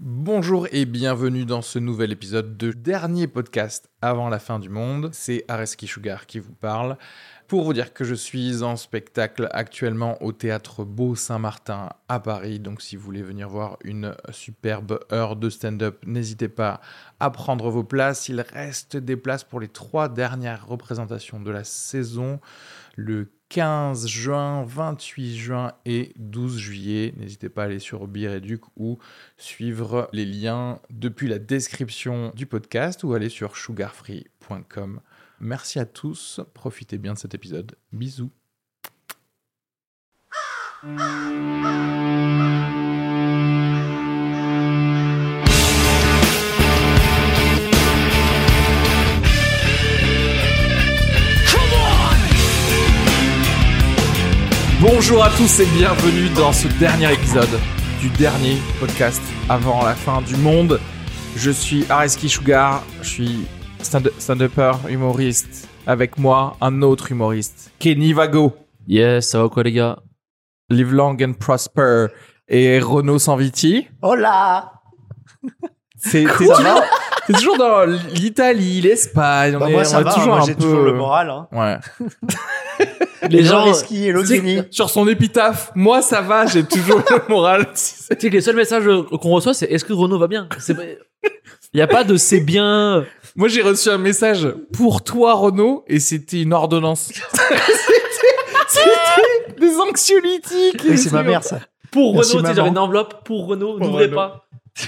Bonjour et bienvenue dans ce nouvel épisode de dernier podcast avant la fin du monde. C'est Areski Sugar qui vous parle pour vous dire que je suis en spectacle actuellement au Théâtre Beau Saint-Martin à Paris. Donc si vous voulez venir voir une superbe heure de stand-up, n'hésitez pas à prendre vos places. Il reste des places pour les 3 dernières représentations de la saison, le 15 juin, 28 juin et 12 juillet. N'hésitez pas à aller sur Bireduc ou suivre les liens depuis la description du podcast ou aller sur sugarfree.com. Merci à tous, profitez bien de cet épisode. Bisous. Bonjour à tous et bienvenue dans ce dernier épisode du dernier podcast avant la fin du monde. Je suis Areski Sugar, je suis stand-upper, humoriste. Avec moi, un autre humoriste, Kenny Vago. Yes, ça va quoi les gars? Live long and prosper. Et Renaud Sanviti. Hola. T'es toujours dans l'Italie, l'Espagne. Moi ça va, toujours j'ai toujours le moral. Hein. Ouais. Les gens Areski et Logini. Sur son épitaphe, moi ça va, j'ai toujours le moral. Tu sais que les seuls messages qu'on reçoit, c'est est-ce que Renaud va bien? Il y a pas de c'est bien. Moi j'ai reçu un message pour toi Renaud et c'était une ordonnance. c'était des anxiolytiques. Oui, c'est ma mère ça. Pour Merci, Renaud, tu sais, maman. j'avais une enveloppe pour Renaud, n'ouvrez Renaud. pas.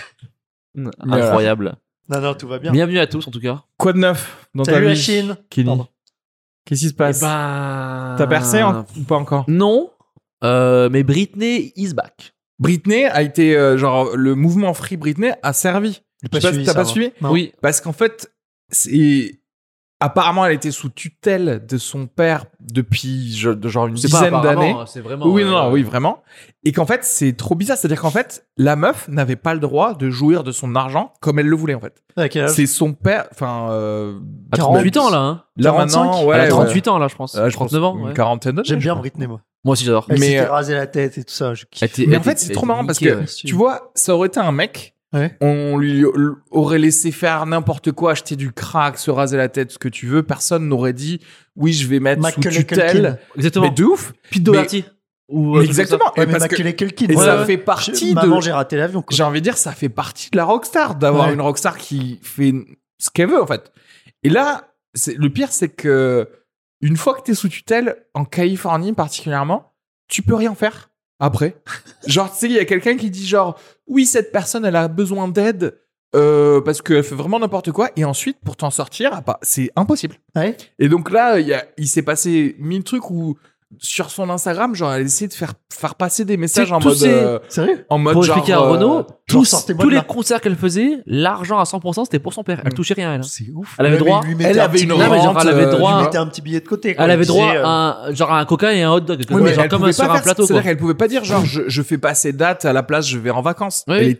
Incroyable. Non, tout va bien. Bienvenue à tous en tout cas. Quoi de neuf dans ta Salut vie, la Chine. Kenny? Pardon. Qu'est-ce qui se passe? T'as percé ou pas encore? Non, mais Britney is back. Britney a été le mouvement Free Britney a servi. J'ai Je sais pas si t'as pas suivi. Non. Oui. Parce qu'en fait, apparemment, elle était sous tutelle de son père depuis genre une C'est pas dizaine apparemment, d'années. c'est vraiment. Oui, oui, vraiment. Et qu'en fait, c'est trop bizarre. C'est-à-dire qu'en fait, la meuf n'avait pas le droit de jouir de son argent comme elle le voulait, en fait. À quel âge? C'est son père, À 38 ans là. Hein. là 45. maintenant, ouais. Elle a ouais. 38 ans là, je pense. Je pense 39 ans. une Ouais. quarantaine d'années. J'aime je bien crois. Britney moi. Moi aussi j'adore. Elle Mais, s'était rasé la tête et tout ça. Je kiffe. Mais en fait, c'est trop marrant parce que, tu vois, ça aurait été un mec, Ouais. on lui aurait laissé faire n'importe quoi, acheter du crack, se raser la tête, ce que tu veux. Personne n'aurait dit, oui, je vais mettre sous Macaulay tutelle. Culkin. Exactement. Mais de ouf. Pete Doherty. Ou Exactement. Ouais, Et mais parce que, Macaulay Culkin. et Ouais, ça ouais. fait partie de. Maman, j'ai raté l'avion. Quoi. J'ai envie de dire, ça fait partie de la rockstar, d'avoir Ouais. une rockstar qui fait ce qu'elle veut, en fait. Et là, le pire, c'est que une fois que t'es sous tutelle, en Californie particulièrement, tu peux rien faire après. Genre, tu sais, il y a quelqu'un qui dit genre, oui, cette personne, elle a besoin d'aide parce qu'elle fait vraiment n'importe quoi. Et ensuite, pour t'en sortir, c'est impossible. Ouais. Et donc là, il s'est passé 1000 trucs où sur son Instagram, genre, elle essaie de faire passer des messages en tous mode, ces- Sérieux? en mode Pour genre, expliquer à Renaud, sortez-moi tous de les là. concerts qu'elle faisait, l'argent à 100%, c'était pour son père. Elle touchait rien, elle. hein. C'est ouf. Elle avait Ouais, mais droit- il lui mettait elle un avait petit une billet- Non, mais genre, rente, elle avait tu droit- vois. Il mettait un petit billet de côté. Quoi. Elle avait Il droit disait, à genre un coca et un hot dog. Oui, mais genre elle comme pouvait sur pas un faire plateau. c'est-à-dire Quoi. qu'elle pouvait pas dire genre je fais pas ces dates à la place je vais en vacances. Oui.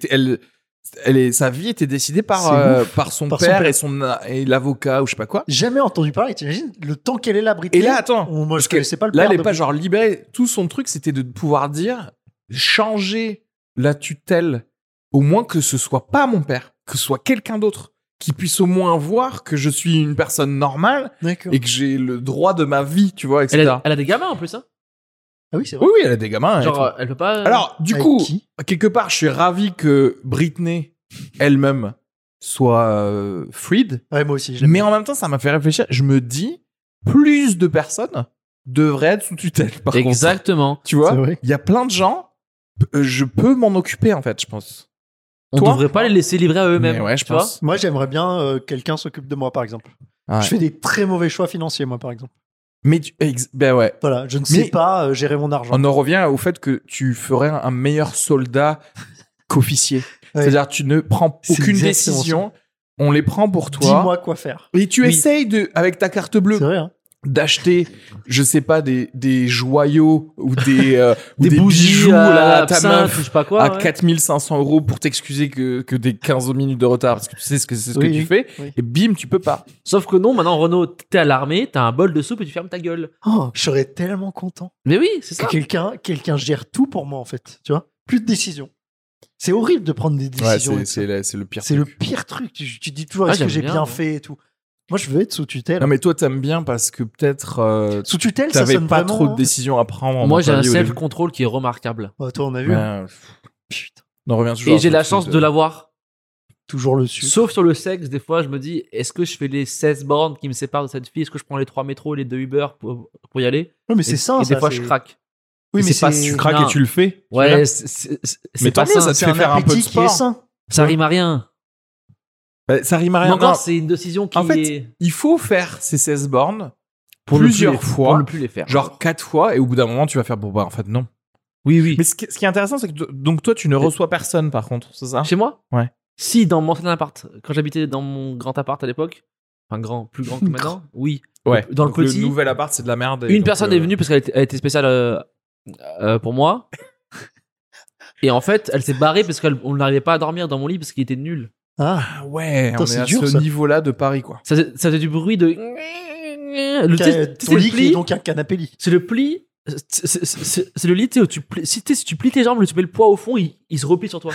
Sa vie était décidée par C'est par son Par son père père. et l'avocat ou je sais pas quoi. Jamais entendu parler. T'imagines le temps qu'elle est là, Britney. Et là attends, Moi, parce je que connaissais pas le là père elle est de pas Britney. genre libérée. Tout son truc c'était de pouvoir dire changer la tutelle au moins que ce soit pas mon père, que ce soit quelqu'un d'autre qui puisse au moins voir que je suis une personne normale D'accord. et que j'ai le droit de ma vie, tu vois, etc. Elle a des gamins en plus, hein. Ah oui, c'est vrai. Oui, elle a des gamins. et tout. Genre, elle peut pas. Alors, du Avec coup, qui quelque part, je suis ravi que Britney elle-même soit freed, Ouais, moi aussi. j'aime mais bien. en même temps, ça m'a fait réfléchir. Je me dis, plus de personnes devraient être sous tutelle, par contre. Exactement. Tu vois, C'est vrai. il y a plein de gens, je peux m'en occuper, en fait, je pense. On Toi devrait pas les laisser livrer à eux-mêmes. Mais ouais, je tu vois. pense. Moi, j'aimerais bien quelqu'un s'occupe de moi, par exemple. Ouais. Je fais des très mauvais choix financiers, moi, par exemple. Mais ben ouais. Voilà, je ne Mais- sais pas gérer mon argent. On en revient au fait que tu ferais un meilleur soldat qu'officier. Ouais. C'est-à-dire, tu ne prends C'est aucune exactement décision, on les prend pour toi. Dis-moi quoi faire. Et tu Oui. essayes avec ta carte bleue C'est vrai, hein. d'acheter, je sais pas, des joyaux ou des, ou Des bougies bijoux là, à ta absinthe, meuf ou je sais pas quoi. à ouais. 4500 € pour t'excuser que des 15 minutes de retard parce que tu sais c'est ce Oui, que tu oui, fais oui. et bim, tu peux pas. Sauf que non, maintenant, Renaud, t'es à l'armée, t'as un bol de soupe et tu fermes ta gueule. Oh, je serais tellement content Mais oui, c'est que ça. quelqu'un gère tout pour moi, en fait. Tu vois, plus de décision. C'est horrible de prendre des Ouais, décisions. avec ça. c'est le pire. C'est le truc. pire truc. Tu dis toujours, Ah, est-ce que j'aime j'ai bien, bien moi. fait et tout. Moi, je veux être sous tutelle. Non, mais toi, t'aimes bien parce que peut-être Sous tutelle, ça t'avais sonne pas vraiment... trop de décisions à prendre. Moi, dans j'ai ta un vie au début. self-control qui est remarquable. Oh, toi, on a vu. Ouais. Putain, On revient toujours. Et à j'ai ce la truc chance de l'avoir. toujours le sucre. Sauf sur le sexe, des fois, je me dis, est-ce que je fais les 16 bornes qui me séparent de cette fille? Est-ce que je prends les 3 métros et les 2 Uber pour y aller? Ouais, mais c'est ça. Et ça, des fois, c'est- je craque. Oui, Mais mais c'est pas c'est Tu craques Non. et tu le fais. tu Ouais, vois. c'est Mais pas tant mieux, ça. ça te c'est fait un faire un peu de appétit qui est sport. sain. Ça rime à rien. Bah, ça rime à Mais rien. encore, Non, c'est une décision qui En fait, est il faut faire ces 16 bornes pour ne plus plusieurs les- fois, pour ne plus les faire. genre 4 fois, et au bout d'un moment, tu vas faire bon, bah, en fait, non. Oui, oui. Mais ce qui est intéressant, c'est que donc toi, tu ne reçois personne, par contre, c'est ça? Chez moi? Ouais. Si, dans mon ancien appart, quand j'habitais dans mon grand appart à l'époque, enfin plus grand que maintenant, oui. Ouais. Dans le Donc, petit, nouvel appart, c'est de la merde. et une donc, personne est venue parce qu'elle elle était spéciale pour moi. Et en fait, elle s'est barrée parce qu'on n'arrivait pas à dormir dans mon lit parce qu'il était nul. Ah, Ah ouais, Putain, on est c'est à dur, ce ça. niveau-là de Paris, quoi. Ça faisait du bruit de. Le, tu sais, ton le lit qui est pli, donc un canapé lit. c'est le pli. C'est le lit, tu sais, où tu plies, si tu plies tes jambes, tu mets le poids au fond, il se replie sur toi.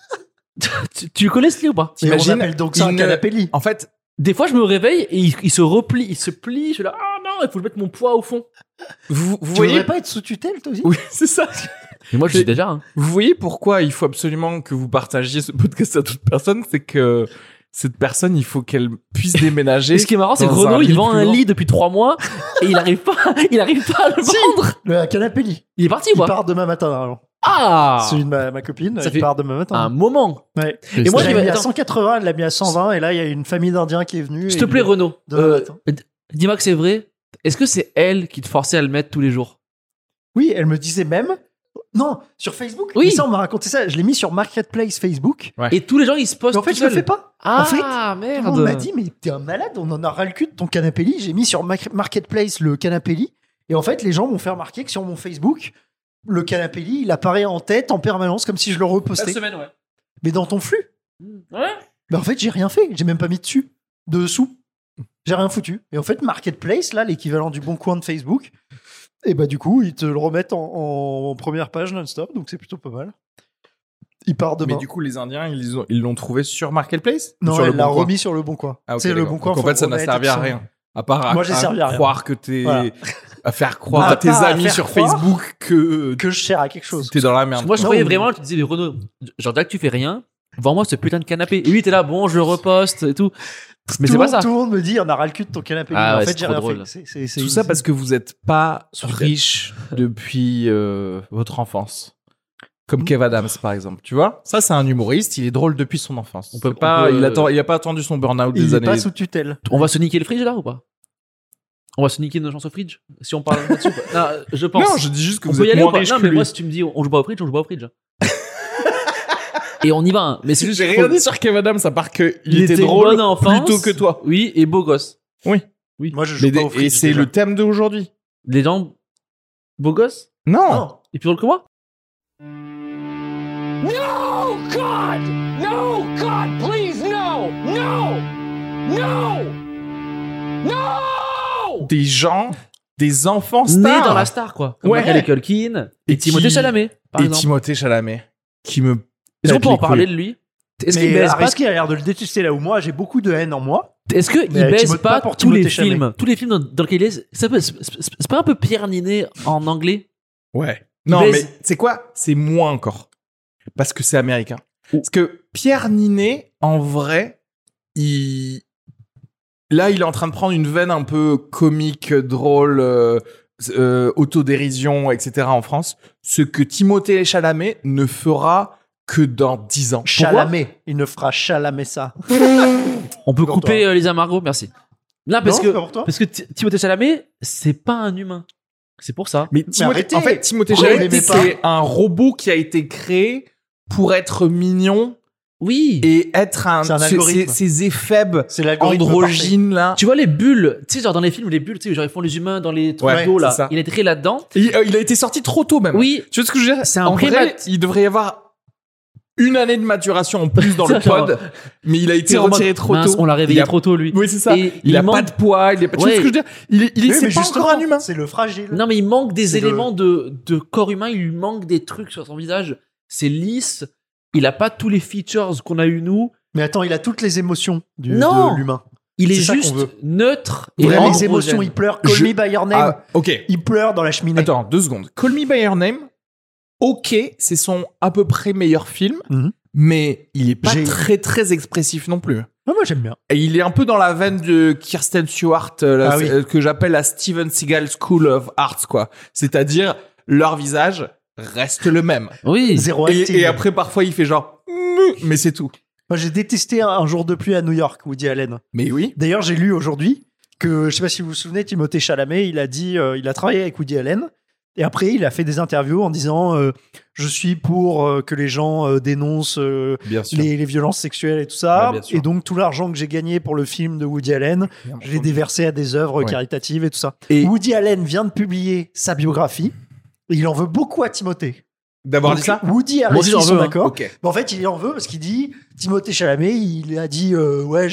tu connais ce lit ou pas? Et on T'imagines, appelle donc ça un une- canapé lit. En fait, Des fois, je me réveille et il se replie, il se plie. Je suis là, ah non, il faut que je mette mon poids au fond. vous Tu voyez. voudrais pas être sous tutelle, toi aussi? Oui, c'est ça. Mais moi, je suis déjà. Hein. Vous voyez pourquoi il faut absolument que vous partagiez ce podcast à toute personne, c'est que cette personne, il faut qu'elle puisse déménager. Et ce qui est marrant, c'est que dans un Renaud, il lit vend plus un grand. lit depuis 3 mois et il arrive pas à le Si. vendre. Le canapé lit. Il est parti ou Il pas? part demain matin. Alors. Ah! Celui de ma copine, Ça il fait part demain matin. Un moment. Ouais. Et moi, Je je l'ai mis à attends, 180, elle l'a mis à 120, et là, il y a une famille d'Indiens qui est venue. s'il et te plaît, il- Renaud. Demain matin. Dis-moi que c'est vrai. Est-ce que c'est elle qui te forçait à le mettre tous les jours? Oui, elle me disait même. Non, sur Facebook. Oui. Mais ça, on m'a raconté ça. Je l'ai mis sur Marketplace Facebook. Et tous les gens, ils se postent Mais en fait, tout je le seuls. fais pas. Ah, en fait, tout merde. le monde m'a dit, mais t'es un malade, on en a ras le cul de ton canapé lit. J'ai mis sur Marketplace le canapé lit. Et en fait, les gens m'ont fait remarquer que sur mon Facebook, le canapé lit, il apparaît en tête en permanence comme si je le La repostais. semaine, ouais. Mais dans ton flux. Ouais. Mais en fait, j'ai rien fait. J'ai même pas mis dessous. J'ai rien foutu. Et en fait, Marketplace, là, l'équivalent du bon coin de Facebook, et bah du coup, ils te le remettent en première page non-stop, donc c'est plutôt pas mal. Il part demain. Mais du coup, les Indiens, ils l'ont trouvé sur Marketplace? Ou Non, sur le elle l'a Bon Coin remis sur le bon coin. Ah, ok, C'est le d'accord. bon coin. Donc, en faut fait, ça n'a remettre servi et à tout ça. rien. À part Moi, j'ai servi à rien. croire que t'es. Voilà. À faire croire Non, à tes pas à amis faire sur croire Facebook que Que je sers à quelque chose. t'es dans la merde. Moi, je Non, croyais mais- vraiment, tu disais, mais Renaud, genre, dès que tu fais rien, vends-moi ce putain de canapé. Et lui, t'es là, bon, je le reposte et tout. Mais c'est pas ça. Tout le monde me dit, on a ras le cul de ton canapé. Ah Mais en ouais, fait, c'est j'ai trop rien drôle. fait. Tout ça parce que vous n'êtes pas Sur riche depuis votre enfance. Comme Kev Adams, par exemple. Tu vois? Ça, c'est un humoriste. Il est drôle depuis son enfance. On peut- C'est pas, on peut- il a pas attendu son burn-out il des est années. pas sous tutelle. On va se niquer le fridge là ou pas? On va se niquer nos chances au fridge? Si on parle là-dessus ou pas? Non, je pense. Non, je dis juste que On vous peut y êtes aller ou moins pas? riche Non, que mais lui. moi, si tu me dis, on joue pas au fridge, on joue pas au fridge. Et on y va. Hein. Mais c'est juste. J'ai faut- regardé sur Kev Adams, à part qu'il Il était était drôle bonne enfance. plutôt que toi. Oui, et beau gosse. Moi, je joue Mais pas au et fridge, c'est déjà. le thème d'aujourd'hui. Les gens, beau gosse? Non. Non. Et plus drôle que moi? No, God! No, God, please, no! No! No! No! Des gens, des enfants Né stars. dans la star, quoi. Comme Ouais. Macaulay Culkin Et et Timothée qui- Chalamet, par Et exemple. Timothée Chalamet, qui me. Est-ce qu'on pète peut en les parler couilles. de lui? Est-ce qu'il Mais baise pas, Areski a l'air de le détester là où moi, j'ai beaucoup de haine en moi. est-ce que il Mais baise Timothée- pas pas pour tous les Timothée Chalamet. films? Tous les films dans lesquels il est, c'est pas un peu Pierre Ninet en anglais? Ouais. Non, baise- mais c'est quoi? C'est moins encore. Parce que c'est américain. Parce que Pierre Ninet, en vrai, là, il est en train de prendre une veine un peu comique, drôle, autodérision, etc. en France. Ce que Timothée Chalamet ne fera que dans 10 ans. Chalamet. Il ne fera Chalamet ça. On peut Pour couper toi. Lisa Margot, merci. Non, parce Non, que c'est pas pour toi. Timothée Chalamet, c'est pas un humain. C'est pour ça. Mais arrêtez. en fait, Timothée Pourquoi Chalamet, vous l'aimez c'est un robot qui a été créé pour être mignon Oui. et être C'est un algorithme. ces éphèbes C'est l'algorithme androgynes là. Tu vois les bulles, tu sais, genre dans les films, les bulles, tu sais, genre ils font les humains dans les trucs Ouais, d'eau là. c'est ça. Il a été créé là-dedans. Il a été sorti trop tôt même. Oui. Tu vois ce que je veux dire? C'est un En vrai, primate. il devrait y avoir une année de maturation en plus dans le Genre, pod, mais il a été Tu sais, en retiré mode, trop mince, tôt. on l'a Il réveillé a- trop tôt lui. Oui, c'est ça. Et il a manque- pas de poids, il est pas. Tu vois Ouais. ce que je veux dire? Il Oui, c'est mais pas justement, encore un humain. c'est le fragile. Non mais il manque des C'est le- éléments de corps humain, il lui manque des trucs sur son visage. C'est lisse, il a pas tous les features qu'on a eu nous. Mais attends, il a toutes les émotions Non. de l'humain. Il est C'est ça qu'on juste veut. neutre et Vrai, les androgène. émotions, il pleure. Call me by your name. Ok. Il pleure dans la cheminée. Attends, 2 secondes. Call Me By Your Name, ok, c'est son à peu près meilleur film, Mhm. mais il est pas J'ai- très très expressif non plus. Ah, moi, j'aime bien. Et il est un peu dans la veine de Kirsten Stewart, Ah oui. que j'appelle la Steven Seagal School of Arts, quoi. C'est-à-dire, leur visage reste le même. Oui. Zéro acting. Et après, parfois, il fait genre, mais c'est tout. Moi, j'ai détesté un jour de pluie à New York, Woody Allen. Mais oui. D'ailleurs, j'ai lu aujourd'hui que, je sais pas si vous vous souvenez, Timothée Chalamet, il a dit, il a travaillé avec Woody Allen. Et après, il a fait des interviews en disant je suis pour que les gens dénoncent Bien sûr. les violences sexuelles et tout ça. Ouais, bien sûr. Et donc, tout l'argent que j'ai gagné pour le film de Woody Allen, je l'ai déversé à des œuvres Ouais. caritatives et tout ça. Et Woody Allen vient de publier sa biographie. Et il en veut beaucoup à Timothée. d'avoir Donc, dit ça Woody a Moi aussi, réussi j'en son veux, hein. accord. Ok. Mais en fait, il en veut parce qu'il dit Timothée Chalamet, il a dit ouais,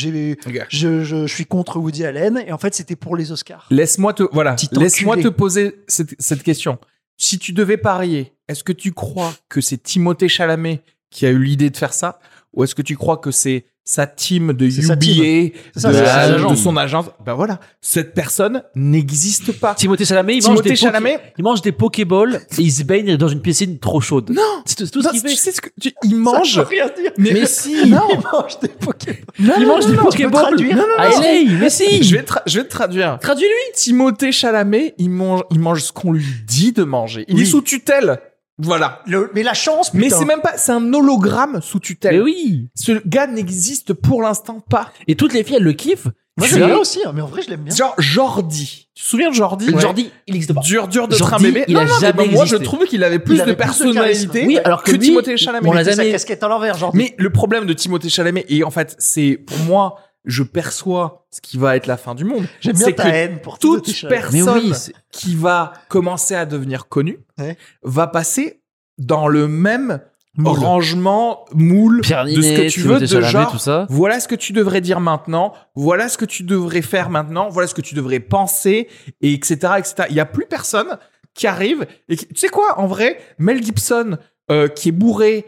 Ok. je suis contre Woody Allen. Et en fait, c'était pour les Oscars. Laisse-moi Petit laisse-moi enculé. te poser cette question. Si tu devais parier, est-ce que tu crois que c'est Timothée Chalamet qui a eu l'idée de faire ça, ou est-ce que tu crois que c'est sa team de C'est sa UBA, C'est ça, de, c'est sa agence. de son agence? Ben voilà, cette personne n'existe pas. Timothée Chalamet, Timothée Chalamet, il mange des Pokéballs et il se baigne dans une piscine trop chaude. Non. C'est tout ce non, qu'il tu fait. sais ce que il mange. Ça veut rien dire. Mais si. non, Il mange des Pokémon. Il mange des tu peux Pokéballs traduire. à LA. Mais si. je vais te traduire. Traduis-lui. Timothée Chalamet, il mange ce qu'on lui dit de manger. Il Oui. est sous tutelle. Voilà. Mais la chance, Mais putain. c'est même pas, c'est un hologramme sous tutelle. Mais oui. Ce gars n'existe pour l'instant pas. Et toutes les filles, elles le kiffent. Moi, C'est- j'aime bien aussi, hein, mais en vrai, je l'aime bien. Genre Jordi. Tu te souviens de Jordi? Le Jordi, il existe pas. Dur d'être un Jordi, bébé. il a jamais mais moi je existé. trouvais qu'il avait plus Il avait de plus de personnalité charisme. Oui, alors que lui, Timothée Chalamet. on l'a Il met sa jamais- casquette à l'envers, genre. Mais le problème de Timothée Chalamet, et en fait, c'est pour moi, je perçois ce qui va être la fin du monde. J'aime bien c'est ta que haine pour toute Timothée Chalamet. Mais personne oui, c'est- qui va commencer à devenir connue Ouais. va passer dans le même Moule. rangement, moule Pierre de ce que Ninet, tu veux, Timothée de Chalamet, genre, tout ça. voilà ce que tu devrais dire maintenant, voilà ce que tu devrais faire maintenant, voilà ce que tu devrais penser, et etc., etc. Il y a plus personne qui arrive et tu sais quoi, en vrai, Mel Gibson qui est bourré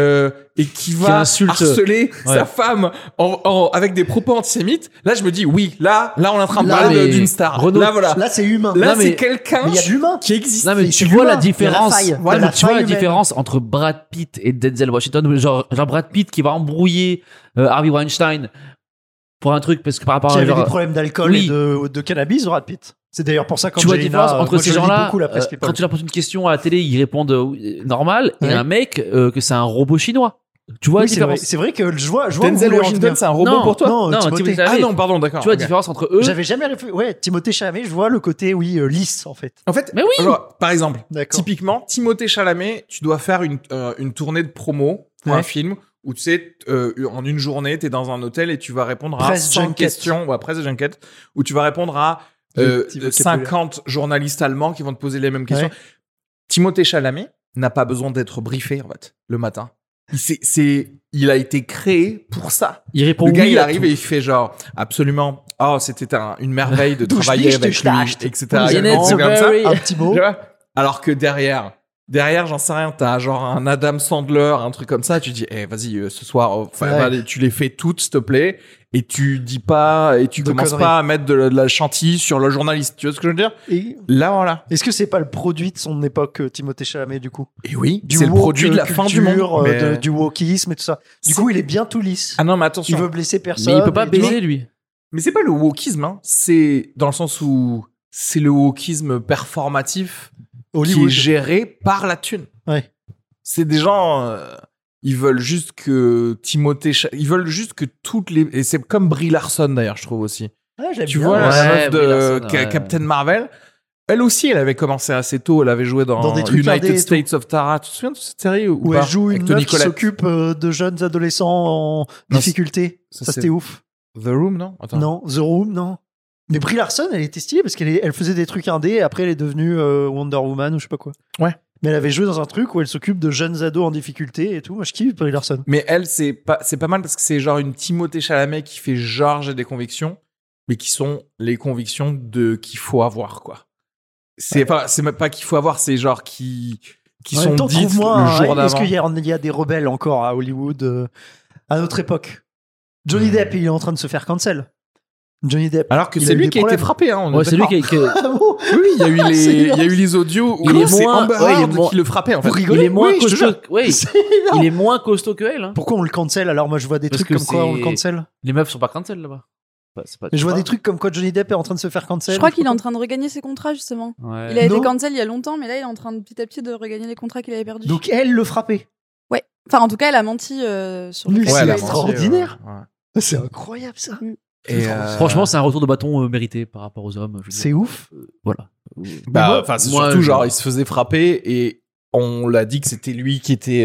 et qui va insulte. harceler Ouais. sa femme avec des propos antisémites. Là, je me dis oui, là, on est en train de Là, parler mais d'une star. Renaud, là, voilà. Là, c'est humain. Là, non, mais- c'est quelqu'un Mais il y a de l'humain. qui existe. Non mais C'est tu vois humain. la différence. Il y a la faille. Ouais, Il y a mais la tu vois la faille humaine. différence entre Brad Pitt et Denzel Washington. Genre Brad Pitt qui va embrouiller Harvey Weinstein pour un truc parce que par rapport Qui à avait genre, des problèmes d'alcool oui. et de cannabis, Brad Pitt. C'est d'ailleurs pour ça quand tu vois la différence entre ces gens-là. beaucoup la presse people. Quand tu leur poses une question à la télé, ils répondent normal, et Ouais. un mec que c'est un robot chinois. Tu vois Oui, la c'est vrai. différence. C'est vrai que je vois où Denzel vous voulez en Washington, venir. c'est un robot Non, pour toi? Non, Non, Timothée. Timothée Chalamet. Ah non, pardon, d'accord. Tu vois la ok. différence entre eux. J'avais jamais réfléchi. Ouais, Timothée Chalamet, je vois le côté, oui, lisse, en fait. En fait, Mais oui. alors, par exemple, D'accord. typiquement, Timothée Chalamet, tu dois faire une tournée de promo pour Ouais. un film où tu sais, en une journée, tu es dans un hôtel et tu vas répondre à Presse 100 junket. questions, ouais, presse junket, où tu vas répondre à Le petit vocabulaire. 50 journalistes allemands qui vont te poser les mêmes questions. Ouais. Timothée Chalamet n'a pas besoin d'être briefé, en fait, le matin. Il a été créé pour ça. Il répond Le gars, oui il à arrive tout. et il fait genre, absolument, oh, c'était une merveille de Douche travailler dich, avec douche lui, dacht. etc. Pour les également, Allemands. comme ça. Very- Un petit mot. Tu vois. Alors que derrière, j'en sais rien, t'as genre un Adam Sandler, un truc comme ça, tu dis, vas-y, ce soir, Ouais. tu les fais toutes, s'il te plaît, et tu dis pas, et tu De commences conneries. pas à mettre de la chantilly sur le journaliste. Tu vois ce que je veux dire? Et Là, voilà. est-ce que c'est pas le produit de son époque, Timothée Chalamet, du coup? Et oui, Du c'est le woke produit de la fin du monde. culture, Mais- du wokisme et tout ça. Du C'est- coup, il est bien tout lisse. Ah non, mais Il attention. veut blesser personne. Mais il peut pas et tout. baiser lui. Mais c'est pas le wokisme, hein. C'est dans le sens où c'est le wokisme performatif qui est Hollywood. géré par la thune. Ouais. C'est des gens, ils veulent juste que ils veulent juste que toutes les, et c'est comme Brie Larson d'ailleurs, je trouve aussi. Ouais, j'aime Tu bien. vois, Ouais, la meuf de Brie Larson, ouais. Captain Marvel, elle aussi, elle avait commencé assez tôt, elle avait joué Dans des trucs indés United et States of Tara. Tu te souviens de cette série ou Où pas elle joue Avec une Toni meuf qui Collette. s'occupe de jeunes adolescents en Non, difficulté. ça, Ça, c'est- c'était ouf. The Room, non? Attends. Non, The Room, non. Mais Brie Larson, elle était stylée parce elle faisait des trucs indés et après elle est devenue Wonder Woman ou je sais pas quoi. Ouais. Mais elle avait joué dans un truc où elle s'occupe de jeunes ados en difficulté et tout. Moi, je kiffe Brie Larson. Mais elle, c'est pas mal parce que c'est genre une Timothée Chalamet qui fait genre j'ai des convictions, mais qui sont les convictions qu'il faut avoir, quoi. C'est même pas qu'il faut avoir, c'est genre qui qui En même sont temps, dites trouve-moi le jour est-ce d'avant. qu'il y a des rebelles encore à Hollywood à notre époque? Johnny Depp, il est en train de se faire cancel. Johnny Depp. Alors que il c'est eu lui des qui a été problèmes. frappé. Hein, on est Ouais, c'est lui d'accord. qui est. Ah bon Oui, il y a eu C'est il y a énorme. eu les audios où Il est c'est moins- Amber ouais, il est Heard moins- qui le frappait. En fait. Vous rigolez? Il est moins Oui, je te costaud. jure. Oui, C'est énorme. il est moins costaud que elle. Hein. Pourquoi on le cancel? Alors moi je vois des Parce trucs que comme quoi on le c'est- cancel. Les meufs sont pas cancel là-bas. Bah, c'est pas- Je vois pas. des trucs comme quoi Johnny Depp est en train de se faire cancel. Je crois qu'il est en train de regagner ses contrats justement. Ouais. Il a été Non. cancel il y a longtemps, mais là il est en train de petit à petit de regagner les contrats qu'il avait perdus. Donc elle le frappait. Ouais. Enfin, en tout cas, elle a menti sur le Mais fait c'est qu'il la avait- menti, extraordinaire. ouais. C'est incroyable ça. Et Franchement, c'est un retour de bâton mérité par rapport aux hommes. je veux dire. C'est ouf. Voilà. bah, moi- enfin, c'est moi, surtout je- genre, il se faisait frapper et on l'a dit que c'était lui qui était.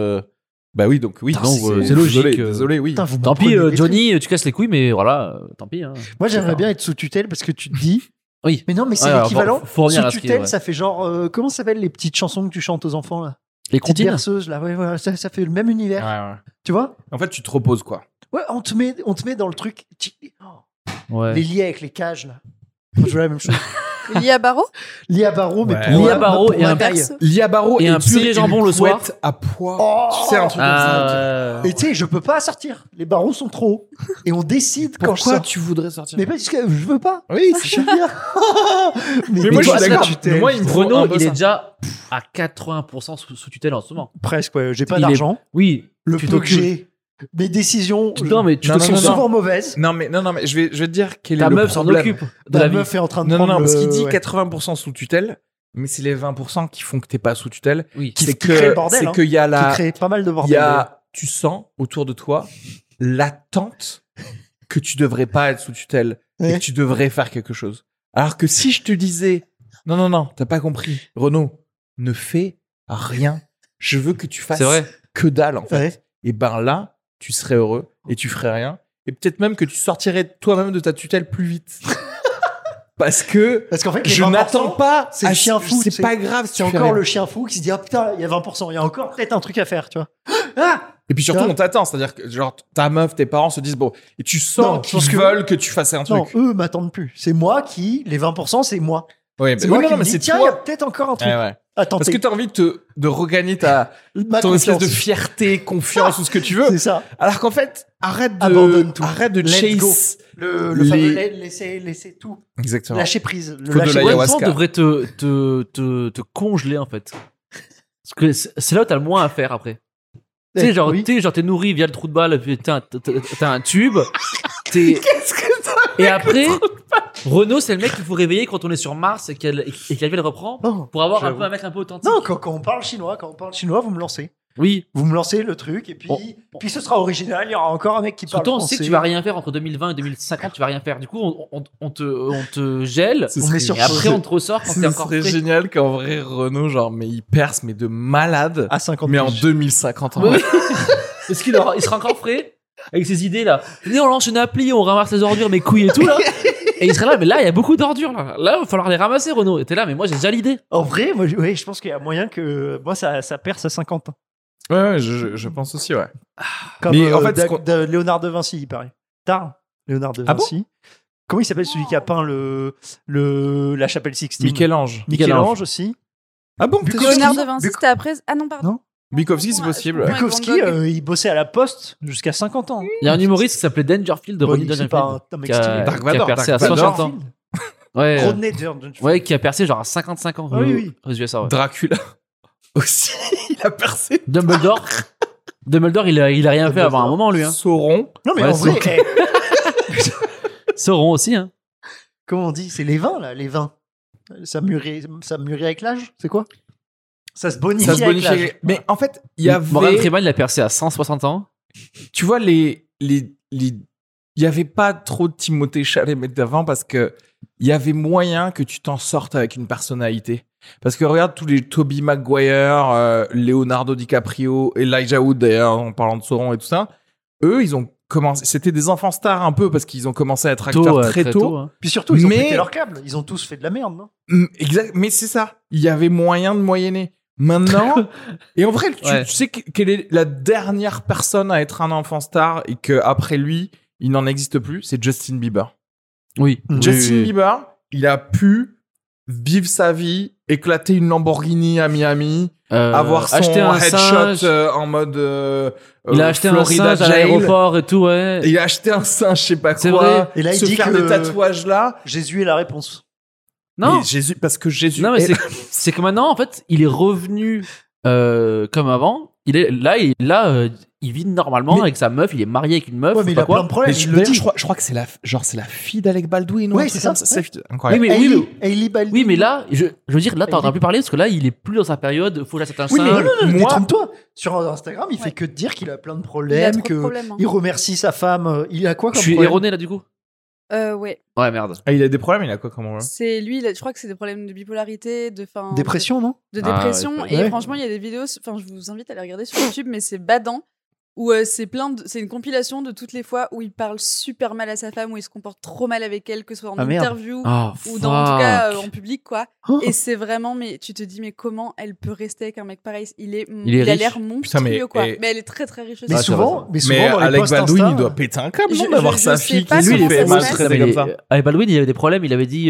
Bah oui, donc oui. Putain, non, c'est logique, Désolé, oui. Putain, vous Tant pis, m'apprenez des Johnny, tu casses les couilles, mais voilà, tant pis. Hein. Moi, C'est j'aimerais pas- bien être sous tutelle parce que tu te dis. Oui. Mais non, mais c'est Ouais, alors, l'équivalent. faut revenir à Sous ce qui est, tutelle, ouais. ça fait genre. Comment ça s'appelle les petites chansons que tu chantes aux enfants là? Les Petites comptines. berceuses là. Ouais, voilà, ça fait le même univers. Ouais, ouais. Tu vois? En fait, tu te reposes quoi. Ouais, on te met dans le truc. Ouais. Les liés avec les cages là. Moi, je veux la même chose. Lia Barreau Lia Barreau, mais Ouais. pour Lia Barreau pour et ma un taille. perso. Lia Barreau Et un tu sais, purée jambon une le soir. couette à poids. Oh Tu sais, un truc comme ça. Ah, ouais. Et tu sais, je peux pas sortir. Les barreaux sont trop hauts. Et on décide quand je Pourquoi sors. tu voudrais sortir? Mais parce que je veux pas. Oui, Je suis bien. Mais moi, je toi, suis d'accord. ça, tu t'es- Mais moi, il me faut Renault, un peu il est ça. déjà à 80% sous tutelle en ce moment. Presque, ouais. J'ai pas Il est- d'argent. Oui. Le tu peu que t'occupes- j'ai, mes décisions Non, mais tu Non, sont t'occupes. non, non. souvent mauvaises. Non, mais je vais te dire quel Ta est le meuf s'en problème. occupe de Ta la vie. meuf est en train de Non, prendre parce qu'il le- dit ouais. 80% sous tutelle, mais c'est les 20% qui font que t'es pas sous tutelle. Oui. Qui- C'est qui crée le que bordel, c'est hein. qu'il y a Qui la, crée pas mal de il bordel. y a, tu sens autour de toi l'attente que tu devrais pas être sous tutelle et Ouais. que tu devrais faire quelque chose. Alors que si je te disais, non, t'as pas compris, Renaud, ne fais rien. Je veux que tu fasses C'est vrai. que dalle en fait. Ouais. Et ben là, tu serais heureux et tu ferais rien. Et peut-être même que tu sortirais toi-même de ta tutelle plus vite. Parce que Parce qu'en fait, les je 20%, n'attends pas. c'est le chien fou, C'est c'est- pas grave. si C'est tu fais encore rien. le chien fou qui se dit ah putain, il y a 20%, il y a encore peut-être un truc à faire, tu vois. Ah Et puis surtout, Tu vois on t'attend. C'est-à-dire que genre ta meuf, tes parents se disent bon, et tu Non, sens je qu'ils pense que- veulent que tu fasses un non, truc. eux m'attendent plus. C'est moi qui, les 20%, c'est moi. Ouais, C'est mais moi oui, qui non, me mais dis c'est tiens, il y a toi. peut-être encore un truc Ouais, ouais. à tenter. Parce que t'as envie de regagner Ma ton espèce de confiance. fierté, confiance ou ce que tu veux. C'est ça. Alors qu'en fait, arrête Abandonne tout. de Let go. chase. Le Les- fameux laisser tout. Exactement. Lâcher prise. Le Faut de lâcher la Ouais, ayahuasca. on devrait te congeler en fait. Parce que c'est là où t'as le moins à faire après. Tu sais, genre, oui. t'es nourri via le trou de balle, puis t'as un tube. Qu'est-ce que Et après, Renault, c'est le mec qu'il faut réveiller quand on est sur Mars et que la vie le reprend Non, pour avoir un j'avoue. peu un mec un peu authentique. Non, quand on parle chinois, vous me lancez. Oui. Vous me lancez le truc et puis, Bon. puis ce sera original. Il y aura encore un mec qui parle Surtout, on français. sait que tu vas rien faire entre 2020 et 2050, tu vas rien faire. Du coup, on te gèle. Ce On met serait- sur Et après, on te ressort quand Ce t'es encore serait frais. génial qu'en vrai, Renault, genre, mais il perce, mais de malade. à 50 Mais en piges. 2050 ans. Oui. Parce qu'il il sera encore frais avec ses idées là. Venez, on lance une appli, on ramasse les ordures, mes couilles et tout là. Et il serait là, mais là, il y a beaucoup d'ordures là. Là, il va falloir les ramasser, Renault. Et t'es là, mais moi, j'ai déjà l'idée. En vrai, moi, ouais, je pense qu'il y a moyen que moi ça perce à 50 ans. Ouais, je pense aussi, ouais. Comme Mais en fait, ce qu'on- Léonard de Vinci, il paraît. Tard, Léonard de Ah bon Vinci. Comment il s'appelle celui qui a peint la chapelle Sixtine? Michel-Ange. Michel-Ange aussi. Ah bon, Bukowski. Léonard de Vinci, Buk- c'était après. Ah non, pardon. Non. Bukowski, c'est possible. ouais. Ouais, Bukowski, Van Gogh. il bossait à la Poste jusqu'à 50 ans. Il y a un humoriste qui s'appelle Dangerfield, de Bon, Ronnie c'est Dangerfield, pas un mec qui a, stylé. Dark qui a Vador, percé à Dark Vador. 60 ans. Ouais, Rodney Dangerfield. ouais, qui a percé genre à 55 ans Ah oui, oui. aux USA. Ouais. Dracula aussi, il a percé. Dumbledore, il a rien fait avant un moment, lui. Hein. Sauron. Non, mais Ouais, en vrai, Sauron aussi. Hein. comment on dit? C'est les vins, là, les vins. Ça mûrit avec l'âge? C'est quoi? Ça se bonifie Ça se avec l'âge. bonifie. Mais en fait, il y Morgan avait, Freeman, il a percé à 160 ans. tu vois, il y avait pas trop de Timothée Chalamet d'avant parce que il y avait moyen que tu t'en sortes avec une personnalité. Parce que regarde tous les Tobey Maguire, Leonardo DiCaprio, Elijah Wood d'ailleurs, en parlant de Sauron et tout ça. Eux, ils ont commencé, c'était des enfants stars un peu parce qu'ils ont commencé à être acteurs très tôt. hein. Puis surtout, ils ont Mais- pété leur câble. Ils ont tous fait de la merde, non? Exact, mais c'est ça. Il y avait moyen de moyenner. Maintenant, et en vrai, Ouais. tu sais quelle est la dernière personne à être un enfant star et qu'après lui, il n'en existe plus, c'est Justin Bieber. Oui. Justin Bieber, il a pu vivre sa vie, éclater une Lamborghini à Miami, avoir son acheter un headshot singe. en mode Il a acheté un Florida singe à Jail. l'aéroport et tout, ouais. Et il a acheté un singe, je sais pas C'est quoi. vrai. Et là, il se dit faire que des tatouages là. Jésus est la réponse. Non, Mais Jésus, parce que Jésus. non, mais est- c'est que maintenant, en fait, il est revenu comme avant. Il est là, il vit normalement Mais- avec sa meuf. Il est marié avec une meuf. Ouais, mais je il sais a pas quoi. plein de problèmes. Mais Il le d'ailleurs, dit. je crois que c'est la fille d'Alec Baldwin. ou Ouais, un c'est truc comme ça, C'est ouais. incroyable. Oui, Hailey- mais- Hailey Baldwin. Oui, mais là, je veux dire, là, Il t'entends est- plus parler parce que là, il est plus dans sa période. Faut que j'achète un Oui, mais singe. non, moi- détrompe-toi. Sur Instagram, il fait Ouais. que de dire qu'il a plein de Il a problèmes, trop de que problèmes. hein. il remercie sa femme. Il a quoi Je comme suis problème erroné là, du coup. Ouais. Ouais, merde. Ah, il a des problèmes, il a quoi comme problème C'est lui, je crois que c'est des problèmes de bipolarité, Dépression, non de Ah, dépression. ouais, Et ouais. franchement, il y a des vidéos, enfin, je vous invite à les regarder sur YouTube, mais c'est badant. Où c'est une compilation de toutes les fois où il parle super mal à sa femme, où il se comporte trop mal avec elle, que ce soit en Ah, merde. interview Oh, ou dans, en tout cas fuck. en public, quoi. Oh. Et c'est vraiment, mais tu te dis, mais comment elle peut rester avec un mec pareil? Il a riche. l'air monstrueux, mais- quoi. et- Mais elle est très très riche aussi. Mais Ah, c'est souvent, vrai, mais souvent Mais dans les Alec posts Baldwin, Insta, il doit péter un câble, non, Je- d'avoir je sa sais fille pas qui comment lui ça fait se maltraiter Mais comme ça. Alec Baldwin, il avait des problèmes. Il avait dit.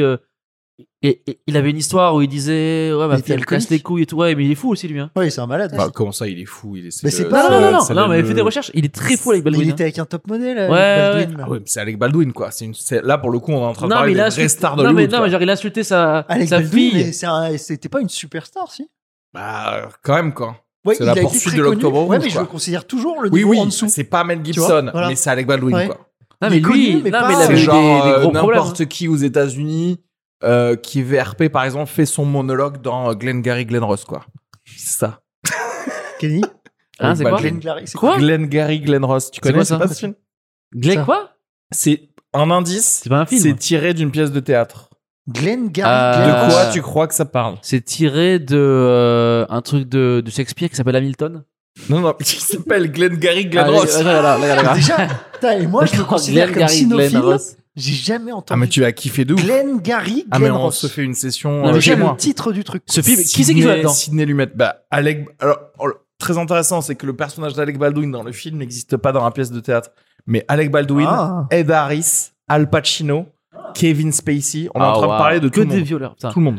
Et il avait une histoire où il disait ouais, ma Il fille était elle me casse alcoolique. les couilles et tout. Ouais, mais il est fou aussi, lui. Hein. Ouais, c'est un malade. Bah, comment ça, il est fou, il essaie Mais c'est de- pas- Non, mais il fait des recherches. Il est très fou, Alec Mais Baldwin. il hein. était avec un top modèle, Ouais, Baldwin. Ah ouais, mais c'est Alec Baldwin, quoi. Là, pour le coup, on est en train de Non, mais parler il des a vraies insulté. stars Non, mais d'Hollywood. non, mais genre, il a insulté sa Alec sa Baldwin, fille. mais c'était pas une superstar, si Bah, quand même, quoi. Ouais, C'est il la a été poursuite très de connu. l'Octobre Ouais, Rouge, mais je quoi. le considère toujours le Oui, niveau oui, en dessous. c'est pas Mel Tu Gibson, vois, voilà. mais c'est Alec Baldwin, Ouais. quoi. Non, il mais est connu, lui, mais non, pas- mais il C'est avait C'est genre des gros problèmes. n'importe qui aux États-Unis qui VRP, par exemple, fait son monologue dans Glengarry Glen Ross, quoi. C'est ça. Kenny, Hein, c'est quoi Baldwin. Glenn Glary, c'est Quoi Glengarry Glen Ross, tu C'est connais quoi ça pas ce film Glenn Ça. quoi C'est un indice. C'est pas un film. C'est tiré d'une pièce de théâtre. Glenn Gary, Ah. Glenn De Ross. quoi tu crois que ça parle C'est tiré de un truc de Shakespeare qui s'appelle Hamilton. Non, non, il s'appelle Glengarry Glen Ah, Ross. regarde. Déjà, putain, et moi je me considère comme Glengarry Glen cynophile. Ross. J'ai jamais Ah, entendu. mais tu as kiffé de ouf. Glenn Gary, Ah, mais Glenn on Ross. se fait une session Non, mais chez Déjà moi. le titre du truc. Ce film, qui c'est qui joue là-dedans Sidney Lumet. Bah, Alec. Alors, très intéressant, c'est que le personnage d'Alec Baldwin dans le film n'existe pas dans la pièce de théâtre. Mais Alec Baldwin, Ah. Ed Harris, Al Pacino, Kevin Spacey. On est en Ah, train de wow. parler de que tout le des monde. violeurs. Putain. Tout le monde.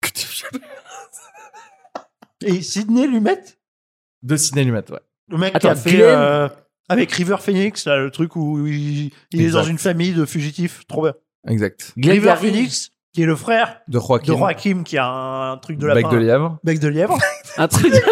Et Sidney Lumet, De Sidney Lumet, ouais. le mec qui Attends, a fait Glenn- avec River Phoenix, là, le truc où il est Exact. dans une famille de fugitifs, trop bien. Exact. Glenn River Gary, Phoenix, qui est le frère De Joaquin. de Joachim, qui a un truc de Bec lapin. de lièvre. Bec de lièvre. un truc de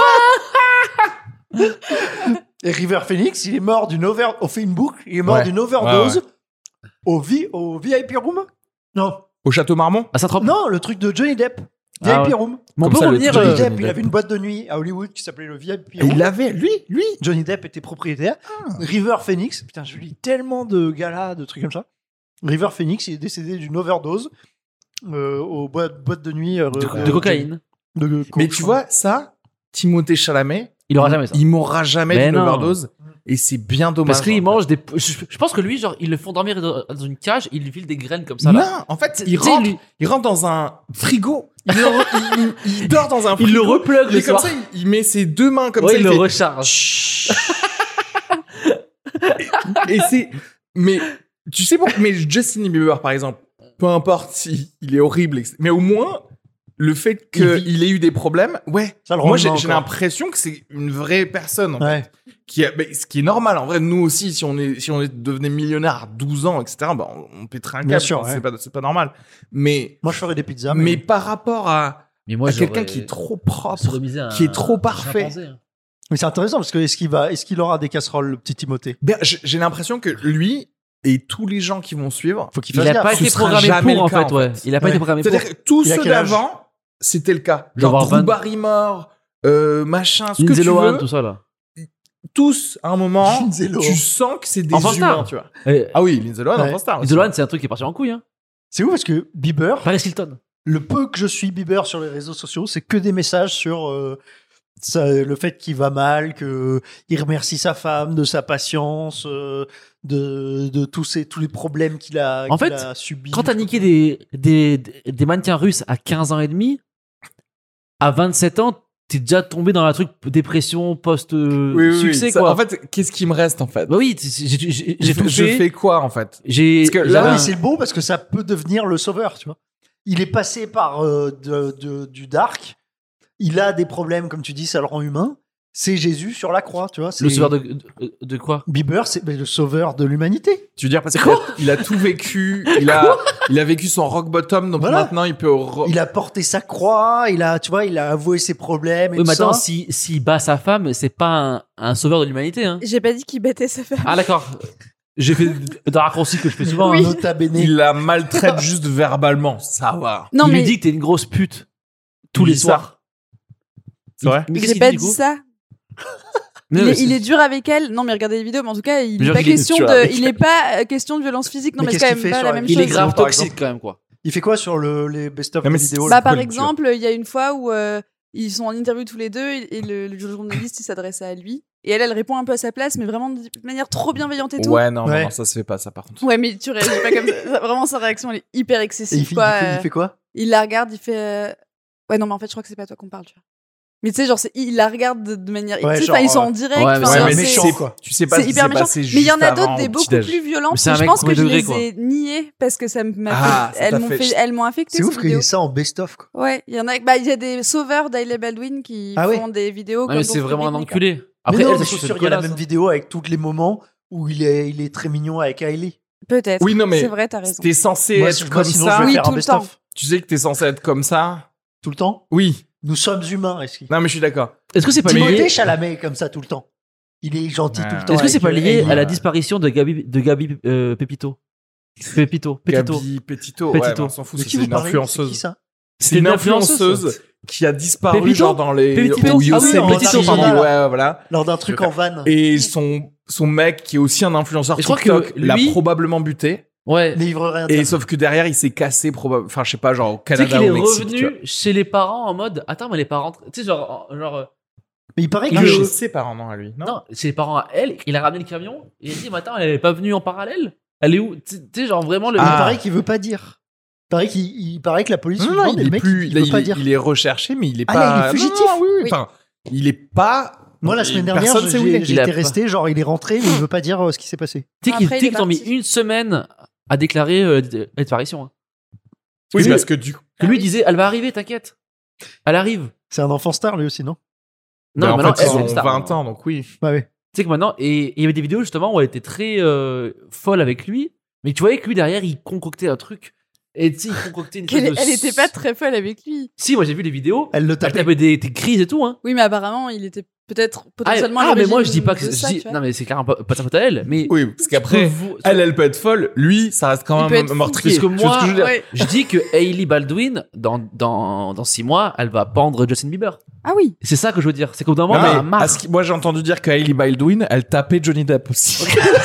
là. Et River Phoenix, il est mort d'une on fait une boucle, il est mort Ouais. d'une overdose Ouais, au VIP room. Non, Au Château Marmont. À Saint-Tropez. non, le truc de Johnny Depp. Ah VIP ouais. room. Mais on Comme peut ça, le revenir. titre Johnny de Depp, Johnny il Depp. avait une boîte de nuit à Hollywood qui s'appelait le VIP Et room. il l'avait, lui. Johnny Depp était propriétaire. River Phoenix, putain, je lis tellement de galas, de trucs comme ça. River Phoenix, il est décédé d'une overdose aux boîtes de nuit. de cocaïne. de Mais coke, tu vois, ça, Timothée Chalamet, Il aura jamais ça. il mourra jamais Mais d'une non. overdose. Et c'est bien dommage. Parce qu'il en mange des. Je pense que lui, genre, ils le font dormir dans une cage, il lui file des graines comme ça là. Non, en fait, Tu il sais, rentre, lui- il rentre dans un frigo. Il dort dans un frigo. Il le replug Mais le comme soir. ça, il met ses deux mains comme Ouais, ça. il le fait recharge. Et c'est. Mais tu sais pourquoi. Mais Justin Bieber, par exemple, peu importe si il est horrible, mais au moins le fait qu'il ait eu des problèmes, ouais. Ça le rend Moi, j'ai humain j'ai encore. l'impression que c'est une vraie personne. En Ouais. fait, ce qui est normal. En vrai, nous aussi, si on est devenu millionnaire à 12 ans, etc., bah, on pèterait un Bien câble. sûr, Enfin, ouais. c'est pas normal. Mais Moi, je ferais des pizzas. mais par rapport à Mais moi, quelqu'un qui est trop propre, sodomisé qui est trop parfait. Mais c'est intéressant parce que est-ce qu'il aura des casseroles, le petit Timothée? Ben, j'ai l'impression que lui et tous les gens qui vont suivre, Faut qu'il Il fasse a gaffe. pas Ce été sera programmé jamais pour, en le cas, fait, en ouais. fait. Il a pas Ouais. été programmé pour. c'est-à-dire que tous Il a ceux quel âge d'avant, c'était le cas. Il doit Genre avoir Drew 20. Barrymore, machin, ce que Lindsay tu Lohan, veux. tout ça là. Tous, à un moment, Lindsay Lohan. tu sens que c'est des Enfant humains, star. tu vois. Eh, Ah oui, Lindsay Lohan, Ouais. enfant star. Lindsay aussi. Lohan, c'est un truc qui est parti en couille, hein. C'est ouf parce que Bieber, Paris Hilton. le peu que je suis Bieber sur les réseaux sociaux, c'est que des messages sur le fait qu'il va mal, qu'il remercie sa femme de sa patience, de tous les problèmes qu'il a, En qu'il fait, a subis. Quand t'as niqué des mannequins russes à 15 ans et demi, à 27 ans, t'es déjà tombé dans la truc dépression post-succès, Ça, quoi. En fait, qu'est-ce qui me reste, en fait Bah oui, j'ai tout Je fait. fais quoi, en fait J'ai. Parce que Là, là, oui, c'est beau parce que ça peut devenir le sauveur, tu vois. Il est passé par du dark il a des problèmes, comme tu dis, ça le rend humain. C'est Jésus sur la croix, tu vois. Le sauveur de quoi? Bieber, c'est le sauveur de l'humanité. Tu veux dire parce qu'il a tout vécu, il a vécu son rock bottom, donc Voilà. maintenant il peut. Il a porté sa croix, il a avoué ses problèmes et Oui, tout mais attends, ça. s'il bat sa femme, c'est pas un sauveur de l'humanité. Hein. J'ai pas dit qu'il battait sa femme. Ah, d'accord. J'ai fait des raccourcis que je fais souvent. Oui. hein. Nota bene. Il la maltraite juste verbalement, ça va. Non, Il mais lui dit que t'es une grosse pute tous Il les dit ça. soirs. C'est vrai Mais qu'est-ce j'ai qu'il pas dit, dit du coup? ça. Non, mais Il est dur avec elle. Non, mais regardez les vidéos. Mais en tout cas, il Genre, est pas il est question dur de. avec Il est pas question de violence physique. Non, Mais mais c'est qu'est-ce quand qu'il même fait pas sur la la même Il est chose. grave par toxique exemple. quand même, quoi. Il fait quoi sur les best-of Non, mais vidéos c'est- là Bah, par pourquoi il est dur exemple, il y a une fois où ils sont en interview tous les deux et le journaliste il s'adresse à lui et elle répond un peu à sa place, mais vraiment de manière trop bienveillante et tout. Ouais, non, Ouais. non, ça se fait pas, ça par contre. Ouais, mais tu réagis pas comme ça. Vraiment, sa réaction elle est hyper Et excessive. Quoi. il fait quoi? Il la regarde, il fait. Ouais, non, mais en fait, je crois que c'est pas à toi qu'on parle, tu vois. Mais tu sais, genre, il la regarde de manière. Ouais, tu sais, genre, enfin, ils sont en direct. ouais, mais enfin, c'est Ouais, mais méchant, c'est quoi. tu sais pas c'est ce qui hyper s'est méchant. passé Mais il y juste en a avant d'autres des au beaucoup petit-déj. plus violentes. Mais c'est un Je mec pense que premier je degré, les quoi. ai niées parce que ça m'a Ah, fait. ça t'a fait- Elles m'ont affecté. C'est ces ouf qu'il y ait vidéos. ça en best-of, quoi. Ouais, il y en a. Bah, il y a des sauveurs d'Hailey Baldwin qui Ah font des vidéos. Ouais, mais c'est vraiment un enculé. Après, Mais non, elle, mais ça je se suis trouve, sûr, il y a la c'est même une vidéo avec tous les moments où il est très mignon avec Hailey. Peut-être. Oui, non, mais C'est vrai, t'as raison. T'es censé Moi, être comme sinon, ça. je vais Oui, faire tout un le temps. best-of. Tu sais que t'es censé être comme ça. Tout le temps. Oui. Nous sommes humains, est-ce Non, mais je suis d'accord. Est-ce que c'est pas lié? Timothée Chalamet est comme ça tout le temps. Il est gentil tout le temps. Est-ce que c'est avec, pas lié Hailey. à la disparition de Gabi Pépito? Petito. Gabi Petito. Petito. Ouais, mais on s'en fout, De c'est qui vous une parlez? C'est qui influenceuse. ça? C'est une influenceuse qui a disparu Pépito genre dans les Pépito. au Ah oui, Yosemite, en Pépito, Arizona, pardon. là. ouais, voilà. Lors d'un truc en van. Et son mec qui est aussi un influenceur Et je crois TikTok que l'a lui- probablement buté. Ouais. Livrerait Et un sauf que derrière il s'est cassé probablement, enfin je sais pas, genre au Tu sais Canada qu'il est ou au Mexique. tu vois. revenu chez les parents en mode attends, mais les parents. Tu sais, Mais il paraît Il Ah, que. est- chez ses parents non à lui. Non. non, chez les parents à elle, il a ramené le camion et il a dit mais attends, elle est pas venue en parallèle? Elle est où? Tu sais, genre vraiment le. Il Ah. paraît qu'il veut pas dire. Il paraît que la police lui Non, demande il et le est mec plus, il veut pas dire. il est recherché mais il est Ah, pas. là, il est Non, fugitif. non, oui, oui. Oui. Enfin, il est pas. Moi, la semaine dernière, personne sait où il est. j'ai Il a été pas- resté, genre, il est rentré, mais il veut pas dire ce qui s'est passé. Tu sais Après, il est qu'ils ont mis parti. une semaine à déclarer la disparition. Hein. Oui, Oui. parce que du coup. Que lui disait elle va arriver, t'inquiète. Elle arrive. C'est un enfant star, lui aussi, non? Non, en maintenant, fait, elle, ils c'est ont une star. 20 ans donc oui. Ouais, ouais. Tu sais que maintenant, et il y avait des vidéos justement où elle était très folle avec lui, mais tu voyais que lui derrière il concoctait un truc. Et tu sais, il concoctait une espèce de. Elle était pas très folle avec lui. Si, moi j'ai vu les vidéos. Elle le Elle tapait. tapait des crises et tout, hein. Oui, mais apparemment, il était peut-être potentiellement. à mais moi je l'origine dis pas que. de ça, je dis- tu vois. non, mais c'est clairement pas sa faute à elle, mais. Oui, parce qu'après elle peut être folle, lui ça reste quand Il peut même être fou. meurtrier. Parce que Tu vois ce moi- que je veux dire Ouais. Je dis que Hailey Baldwin, dans 6 mois, elle va pendre Justin Bieber. Ah oui. C'est ça que je veux dire. C'est qu'au bout d'un moment, Non, on en mais a marre. moi j'ai entendu dire que Hailey Baldwin, elle tapait Johnny Depp aussi.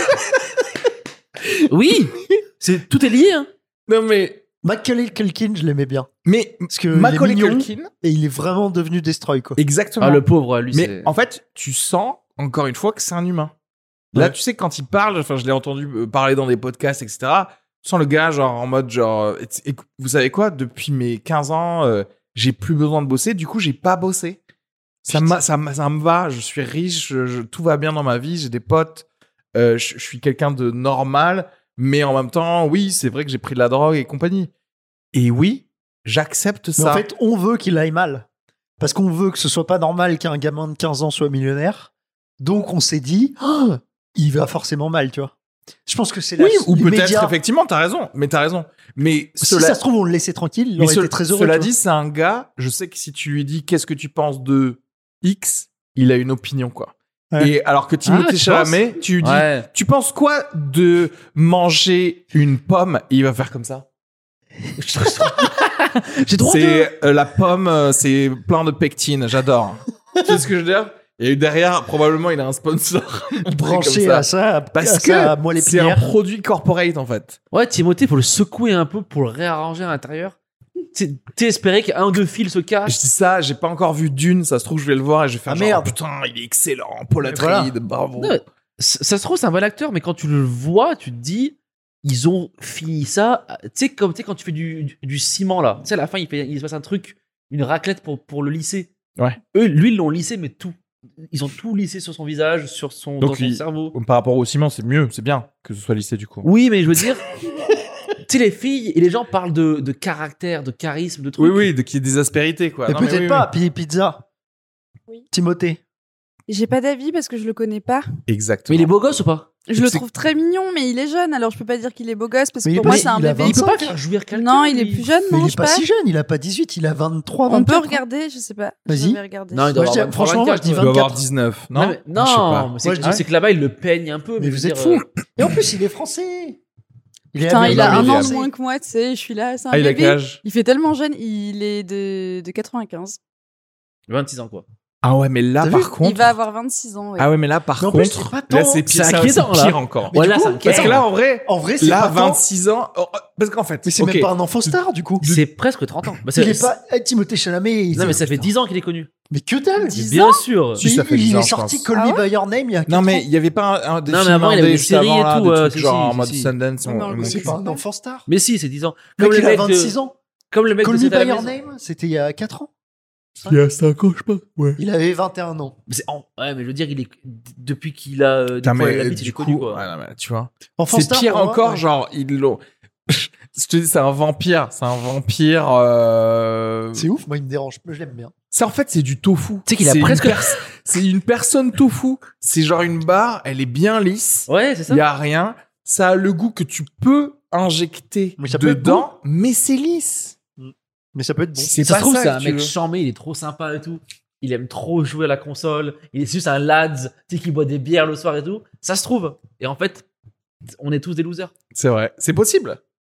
Oui, tout est lié, hein. non mais Macaulay Culkin, je l'aimais bien. parce que Macaulay il est mignon. Culkin, Et il est vraiment devenu Destroy, quoi. exactement. Ah, le pauvre, lui, mais c'est. en fait, tu sens encore une fois que c'est un humain. Là, Ouais. tu sais quand il parle, enfin je l'ai entendu parler dans des podcasts, etc. Tu sens le gars genre en mode genre, vous savez quoi, depuis mes 15 ans, j'ai plus besoin de bosser. Du coup, j'ai pas bossé. Ça me va. Je suis riche, tout va bien dans ma vie. J'ai des potes. Je suis quelqu'un de normal. Mais en même temps, oui, c'est vrai que j'ai pris de la drogue et compagnie. Et oui, j'accepte Mais ça. en fait, on veut qu'il aille mal. Parce qu'on veut que ce soit pas normal qu'un gamin de 15 ans soit millionnaire. Donc, on s'est dit, oh, il va forcément mal, tu vois. Je pense que c'est là. oui, ou les peut-être, médias- effectivement, t'as raison. Mais Si cela, ça se trouve, on le laissait tranquille, il mais aurait été très heureux. cela tu vois. dit, c'est un gars, je sais que si tu lui dis qu'est-ce que tu penses de X, il a une opinion, quoi. Ouais. Et alors que Timothée tu Chalamet, tu lui dis, Ouais. tu penses quoi de manger une pomme? Et il va faire comme ça. J'ai droit de. C'est la pomme, c'est plein de pectine, j'adore. Tu sais ce que je veux dire? Et derrière, probablement, il a un sponsor. Branché comme à ça, Parce à ça, à que moelle c'est un épinière. produit corporate, en fait. Ouais, Timothée, faut le secouer un peu pour le réarranger à l'intérieur. T'es espéré qu'un ou deux fils se Je cachent. dis ça, j'ai pas encore vu Dune, ça se trouve, je vais le voir et je vais faire Ah, genre, merde. oh, putain, il est excellent, Paul Voilà. Atreides, bravo. Non, ça se trouve, c'est un bon acteur, mais quand tu le vois, tu te dis, ils ont fini ça. Tu sais, comme tu sais, quand tu fais du ciment, là. Tu sais, à la fin, il se passe un truc, une raclette pour le lisser. Ouais. Eux, lui, ils l'ont lissé, mais tout. Ils ont tout lissé sur son visage, dans son cerveau. Par rapport au ciment, c'est mieux, c'est bien que ce soit lissé du coup. Oui, mais je veux dire, sais, les filles et les gens parlent de caractère, de charisme, de trucs. Oui, qu'il y ait des aspérités, quoi. Mais Non, peut-être oui, pas. Puis Pizza. Oui. Timothée. J'ai pas d'avis parce que je le connais pas. oui. Exactement. Mais il est beau gosse ou pas? Je le C'est- trouve très mignon, mais il est jeune, alors je peux pas dire qu'il est beau gosse parce que Mais il pour est moi pas- c'est un il a bébé. Il peut 25. pas faire jouir quelqu'un. Non, il est lui. plus jeune, Mais non, il je est pas sais si jeune, il a pas 18, il a 23, On 24. peut regarder, je sais pas. Vas-y. Je vais regarder. Non, il doit Moi, je dis- avoir franchement, moi, je dis Il doit avoir 24. 19, non? Non, mais- Je sais pas. mais c'est Moi, je dis- c'est que là-bas, il le peigne un peu. Mais je vous veux êtes dire, fous. Et en plus, il est français. Il est Putain, il a Non, mais un il est an âgé. de moins que moi, tu sais, je suis là, c'est un Ah, il a bébé. quel âge? Il fait tellement jeune, il est de 95. 26 ans, quoi. Ah ouais, mais là, T'as par vu contre. Il va avoir 26 ans, ouais. Ah ouais, mais là, par Mais en plus, contre. c'est pas tant- Là, c'est pire, c'est ça, inquiétant, c'est là. pire encore. Mais Ouais, du là, coup, c'est Parce inquiétant. que là, en vrai. En vrai, c'est Là, pas tant. 26 ans. Parce qu'en fait. Mais c'est ok. même pas un enfant star, du coup. C'est presque 30 ans. Bah, Il est pas. Timothée Chalamet. Non, mais ça fait 10 ans qu'il est connu. Mais que dalle. 10 Bien sûr. Si, ça fait il 10 ans, est je sorti pense. Call Ah Me ouais By Your Name il y a 4 Non, mais ans. il y avait pas des Non, mais films avant, il y avait indés des juste séries avant, et là, tout, des si, trucs genre si, en mode si. Sundance. Non, mais on le mon sait C'est cul. pas un enfant star. Mais si, c'est 10 ans. Le mec, il a mec 26 ans. Comme le mec Call de Me C'est à By la Your maison. Name, c'était il y a 4 ans. Il y a 5 ans, je sais pas. Ouais. Il avait 21 ans. Mais ouais, mais je veux dire, il est depuis qu'il a des Putain, poils et mais la bite, il du est connu, coup, quoi. ouais, non, mais tu vois. Enfant C'est star, pire pour moi, encore, ouais. genre, ils l'ont. Je te dis, c'est un vampire. C'est un vampire. C'est ouf, moi il me dérange, je l'aime bien. C'est en fait, c'est du tofu. Tu sais qu'il a C'est une presque- c'est une personne tofu. C'est genre une barre, elle est bien lisse. Ouais, c'est ça. Il y a rien. Ça a le goût que tu peux injecter Mais ça peut être dedans, mais c'est lisse. Mais ça peut être bon. C'est Ça pas se trouve, ça c'est que un tu mec veux. charmé, il est trop sympa et tout. Il aime trop jouer à la console. Il est juste un lads, tu sais, qui boit des bières le soir et tout. Ça se trouve. Et en fait, on est tous des losers. C'est vrai. C'est possible.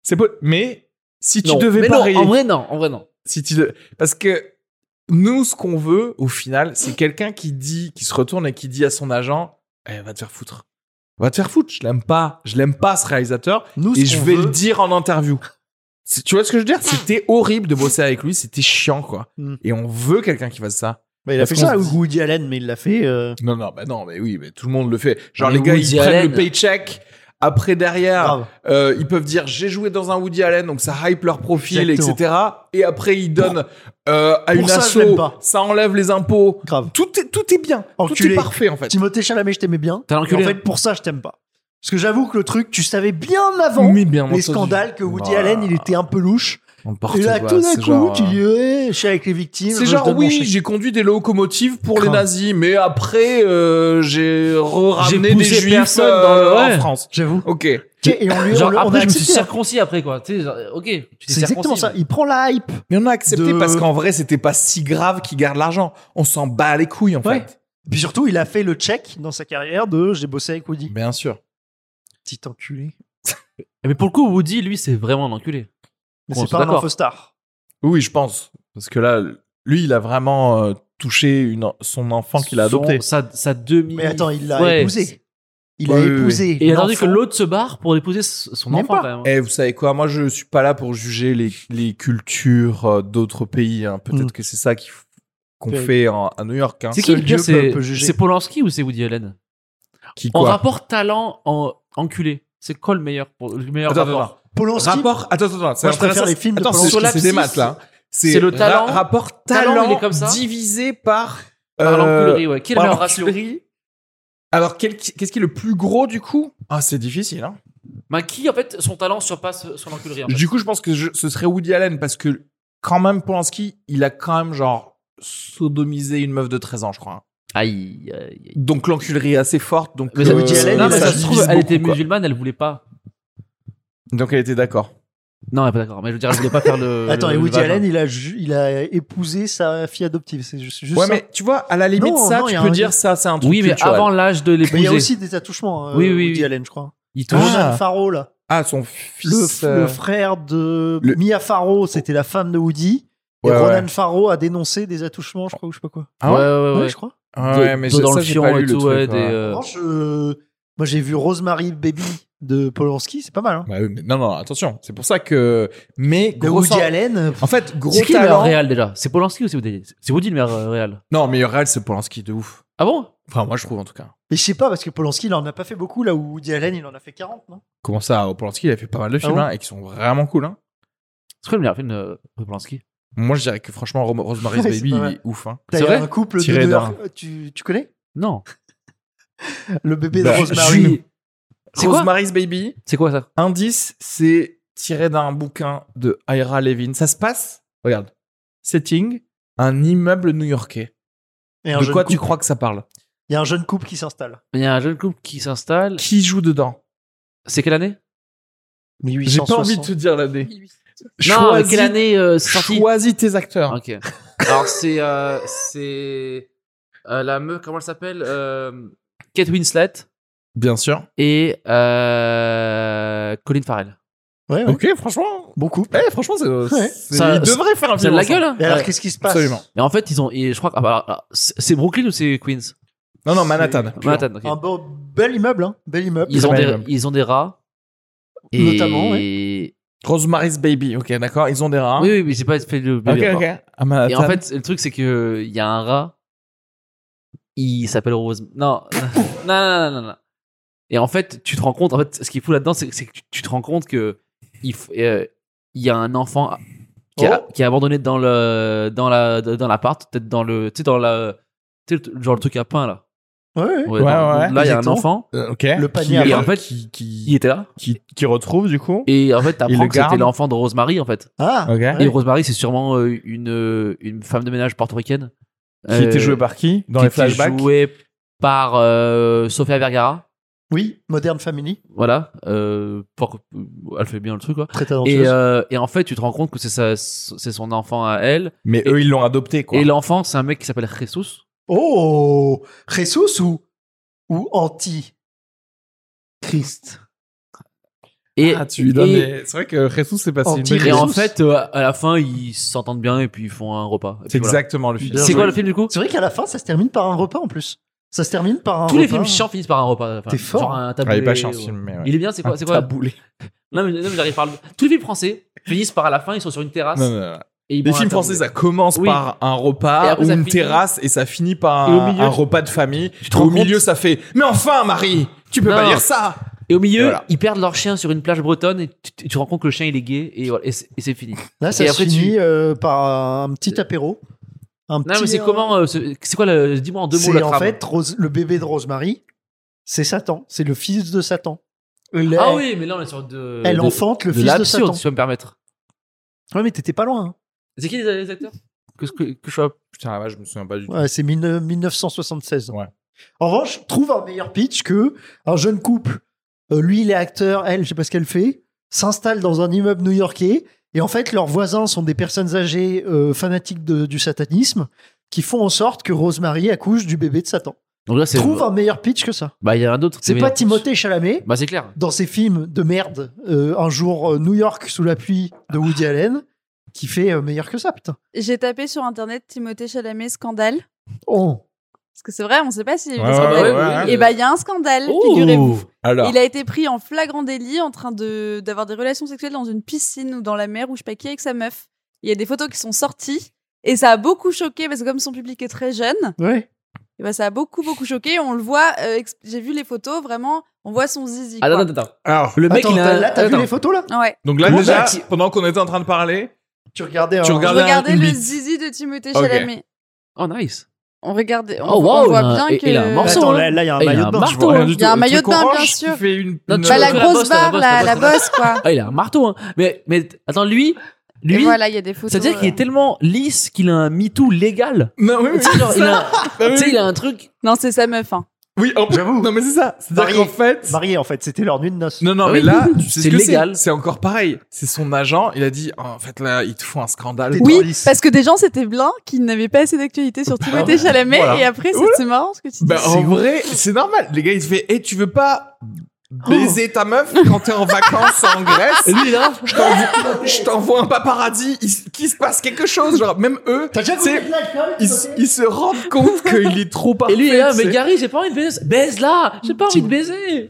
Mais si tu Non. devais Mais non, parier. en vrai, non. En vrai, non. Si Parce que nous, ce qu'on veut, au final, c'est quelqu'un qui se retourne et qui dit à son agent, va te faire foutre. Va te faire foutre. Je l'aime pas, ce réalisateur. Nous, Et ce je qu'on vais veut- le dire en interview. Tu vois ce que je veux dire? C'était horrible de bosser avec lui. C'était chiant, quoi. Mm. Et on veut quelqu'un qui fasse ça. Bah, il a Parce fait qu'on ça se avec dit- Woody Allen, mais il l'a fait. Non, mais oui, mais tout le monde le fait. Genre, Mais les gars, Woody ils prennent Allen- le paycheck. Après, derrière, Grave. ils peuvent dire j'ai joué dans un Woody Allen, donc ça hype leur profil, Exactement. etc. Et après, ils donnent à une ça, je asso, l'aime pas. ça enlève les impôts. Grave. Tout est bien. Tout Enculé. est parfait, en fait. Timothée Chalamet, je t'aimais bien. T'as Mais l'enculé. en fait, pour ça, je t'aime pas. Parce que j'avoue que le truc, tu savais bien avant Mais bien les entendu. scandales que Woody Voilà. Allen, il était un peu louche. N'importe Et là, quoi, tout d'un c'est coup, genre, tu dis, ouais, je suis avec les victimes. c'est je genre, donne mon oui, chèque. j'ai conduit des locomotives pour les Grave. nazis, mais après, j'ai ramené J'ai des poussé juifs personne dans le- en ouais. France. J'avoue. Ok. Et on lui, Genre, on a après, je me suis accepté. circoncis après, quoi. Tu sais, genre, ok. Tu t'es C'est exactement circoncis, ça. mais- Il prend la hype. Mais on a accepté De- parce qu'en vrai, c'était pas si grave qu'ils gardent l'argent. On s'en bat les couilles, en Ouais. fait. Puis surtout, il a fait le check dans sa carrière de j'ai bossé avec Woody. Bien sûr. Petit enculé. Mais pour le coup, Woody, lui, c'est vraiment un enculé. Mais Bon, c'est c'est pas un d'accord. info star. Oui, je pense. Parce que là, lui, il a vraiment touché son enfant qu'il a adopté. Sa demi. Mais attends, il l'a Ouais. épousé. Il Ouais, a oui, oui. épousé. Et il a attendu que l'enfant. l'autre se barre pour épouser son Même enfant, pas. quand même. Eh, vous savez quoi? Moi, je suis pas là pour juger les cultures d'autres pays. Hein. Peut-être Mm. que c'est ça qu'on Terrible. fait à New York. Hein. C'est qui Seul le pire? Dieu peut juger. C'est Polanski ou c'est Woody Allen? Qui En quoi? rapport talent, en enculé. C'est quoi le meilleur Attends, rapport? Polanski. Rapport. Attends. C'est Moi, je préfère intéressant. les films de Attends, Polanski. c'est des maths là. C'est le talent. Rapport Talent, talent, il est comme ça. divisé par. Par l'enculerie, ouais. Qui est le par meilleur ratio? l'enculerie. Alors, qu'est-ce qui est le plus gros du coup? Ah, c'est difficile. Hein. Bah, qui, en fait, son talent surpasse son enculerie, en fait. Du coup, je pense que ce serait Woody Allen parce que quand même Polanski, il a quand même genre sodomisé une meuf de 13 ans, je crois. Hein. Aïe, aïe, aïe. Donc l'enculerie est assez forte. Donc Mais ça, Woody Allen, non, il mais a ça dit se trouve, divise elle était beaucoup, quoi. musulmane, elle voulait pas. Donc elle était d'accord. Non, elle est pas d'accord. Mais je veux dire, elle voulait pas faire le. Attends, et le Woody vagin. Allen, il a épousé sa fille adoptive. C'est juste Ouais, ça. mais tu vois, à la limite, Non, ça, non, y tu a peux un- dire ça, c'est un truc Oui, mais culturel. avant l'âge de Mais il y l'épouser. a aussi des attouchements, Oui, oui, Woody oui. Allen, je crois. Il touche. Ah. Ronan Farrow, là. Ah, son fils. Le frère de le- Mia Farrow, c'était la femme de Woody. Et Ouais, Ronan ouais. Farrow a dénoncé des attouchements, je crois, ou je sais pas quoi. Ah ouais? ouais. je crois. Ah ouais, mais Dos dans ça, le j'ai fion pas et lu le tout, truc. ouais. ouais. En revanche, moi, j'ai vu Rosemary Baby de Polanski, c'est pas mal. Hein. Bah oui, mais non, attention. C'est pour ça que. Mais De gros. Woody Allen, En fait, gros C'est qui le meilleur talent. réal déjà? C'est Polanski ou c'est Woody? C'est Woody le meilleur réal. Non, meilleur réel, c'est Polanski, de ouf. Ah bon? Enfin, moi, je trouve en tout cas. mais je sais pas, parce que Polanski, il en a pas fait beaucoup, là où Woody Allen, il en a fait 40, non? Comment ça, Polanski, il a fait pas mal de films bon hein, et qui sont vraiment cool. Hein. C'est quoi le meilleur film de Polanski? Moi, je dirais que franchement, Rosemary's Ouais, c'est Baby, pas il mal. est ouf. Hein. D'ailleurs, vrai un couple Tiré de d'un. tu connais? Non. Le bébé Bah, de Rosemary. C'est quoi? Rosemary's Baby, C'est quoi ça? indice, c'est tiré d'un bouquin de Ira Levin. Ça se passe, regarde, setting, un immeuble new-yorkais. Et un De jeune quoi tu couple. crois que ça parle? Il y a un jeune couple qui s'installe. Il y a un jeune couple qui s'installe. Qui joue dedans? C'est quelle année? J'ai 1860. pas envie de te dire l'année. Non, mais quelle année c'est sorti? Choisis tes acteurs. Ok. Alors c'est la meuf, comment elle s'appelle? Kate Winslet Bien sûr. et Colin Farrell. Ouais, ouais. Ok, franchement. Bon couple. Franchement, Ouais. Ça- ils devraient faire un C'est film de la ensemble. gueule, hein? Et alors, Ouais. qu'est-ce qui se passe? Absolument. Et en fait, je crois que alors, c'est Brooklyn ou c'est Queens? Non, Manhattan. Manhattan. Ok. Un bel immeuble, hein. Bel immeuble. Ils ont des rats. Notamment, Rosemary's Baby. Ok, d'accord. Ils ont des rats. Oui, oui, mais j'ai pas fait le Ok, bébé. encore. ok. À Manhattan. Et en fait, le truc, c'est que il y a un rat. Il s'appelle Rose. Non. Non. Et en fait, tu te rends compte. En fait, ce qu'il faut là-dedans, c'est que tu te rends compte que il y a un enfant qui est abandonné dans l'appart, peut-être dans le, tu sais, dans la, tu sais, genre le truc à pain là. Ouais. Ouais. Là, il y a un Exactement. enfant. Ok. Le panier Et à en pain. fait, qui il était là. retrouve du coup. Et en fait, Il t'apprends le que c'était garde. l'enfant de Rosemary en fait. Ah. Ok. ouais. Et Rosemary, c'est sûrement une femme de ménage portoricaine. Qui était joué par qui dans les flashbacks? Jouée par Sofia Vergara. Oui, Modern Family. Voilà. Elle fait bien le truc quoi. Très talentueuse. Et en fait, tu te rends compte que c'est son enfant à elle. Mais eux, ils l'ont adopté quoi. Et l'enfant, c'est un mec qui s'appelle Jesus. Oh, Jesus ou anti-Christ. Et, Ah, tu lui donnes. et, C'est vrai que Jesus, c'est passé une Anti- belle et en Jesus. fait, à la fin, ils s'entendent bien et puis ils font un repas. Et C'est puis voilà. exactement le film. Bien C'est joué. quoi le film du coup? C'est vrai qu'à la fin, ça se termine par un repas en plus. Ça se termine par un Tous les repas. films chiants finissent par un repas. Enfin, T'es fort. Genre un Ah, taboulé. il est pas chiant ce ou- film, mais ouais. Il est bien, c'est quoi? C'est quoi? Taboulé. Non, mais j'arrive pas à le. Tous les films français finissent par à la fin, ils sont sur une terrasse. Non. Et ils Les mangent films un français, taboulé. ça commence Oui. par un Et repas après, ou ça une finit- terrasse et ça finit par Et au milieu, un repas de famille. te Au rends milieu, compte- ça fait « Mais enfin, Marie, tu peux Non. pas dire ça !» Et au milieu, Voilà. ils perdent leur chien sur une plage bretonne et tu te rends compte que le chien il est gay et, voilà, et c'est fini. Là, ça Et se après, finit par un petit apéro. Non, mais c'est comment c'est quoi le. Dis-moi en deux mots C'est la en trame. fait le bébé de Rosemary. C'est Satan. C'est le fils de Satan. Ah oui, mais là on est sur de. Elle de- enfante le de fils de l'absurde, Satan. si tu peux me permettre. Ouais, mais t'étais pas loin. hein. C'est qui les acteurs que je sois. Putain, ouais, je me souviens pas du tout. Ouais, c'est 1976. Ouais. En revanche, je trouve un meilleur pitch que un jeune couple. Lui, il est acteur, elle, je sais pas ce qu'elle fait, s'installe dans un immeuble new-yorkais. Et en fait, leurs voisins sont des personnes âgées fanatiques du satanisme qui font en sorte que Rosemary accouche du bébé de Satan. Donc là c'est. Trouve un meilleur pitch que ça. Bah il y en a d'autres. C'est qui pas meilleurs. Timothée Chalamet Bah c'est clair. dans ses films de merde, un jour New York sous la pluie de Woody Allen, qui fait meilleur que ça, putain. J'ai tapé sur internet Timothée Chalamet scandale. Oh, Parce que c'est vrai, on sait pas s'il y a eu Ouais, des scandales. ouais. Et bah, il y a un scandale, Oh. figurez-vous. Alors, Il a été pris en flagrant délit en train d'avoir des relations sexuelles dans une piscine ou dans la mer ou je sais pas qui avec sa meuf. Il y a des photos qui sont sorties et ça a beaucoup choqué parce que comme son public est très jeune, ouais. et bah, ça a beaucoup choqué. On le voit, j'ai vu les photos, vraiment, on voit son zizi. Attends, quoi. attends. alors, Le mec Attends, il a. là, t'as vu attends. les photos, là Ouais. donc là, Comment déjà, ça, pendant qu'on était en train de parler, Tu regardais Tu un- regardes- Je regardais une le bite. zizi de Timothée Ok. Chalamet. Oh nice. On regardait, on, Oh, wow, on voit il a un- bien et- que... il a un morceau. Attends, hein. là, il y a un Et il y a maillot un de bain. marteau, je vois rien hein. du Il y a tout. un Le maillot truc de bain, orange bien qui sûr. fait une- Non, une- tu Bah, vois, la la grosse bosse, barre, la bosse, quoi. Ah il a un marteau hein. Mais attends lui. Et voilà, il y a des photos. Ça veut dire qu'il est tellement lisse qu'il a un MeToo légal. Non, oui, oui. Tu sais, genre, il a, Bah tu sais, oui. il a un truc. Non, c'est sa meuf. Hein. Oui, J'avoue. Non, mais c'est ça. C'est-à-dire Marié. qu'en fait. Mariés, en fait, c'était leur nuit de noces. Non, non, Ah mais oui. là, tu sais C'est ce que légal. c'est encore pareil. C'est son agent, il a dit, oh, en fait, là, ils te font un scandale. T'es Oui, trop lisse. parce que des gens s'étaient blancs qui n'avaient pas assez d'actualité sur Timothée Chalamet. Voilà. Et après, c'est marrant ce que tu dis. Bah, en vrai, c'est normal. Les gars, ils te font, hey, tu veux pas baiser ta meuf quand t'es en vacances en Grèce? Et lui il est là. Je t'envoie un paparazzi, qu'il se passe quelque chose. Genre, même eux, T'as déjà tu sais, goûté de l'alcool, ils se rendent compte qu'il est trop parfait. Et lui il est là. tu Mais sais. Gary j'ai pas envie de baiser. Baise là. J'ai pas envie de baiser.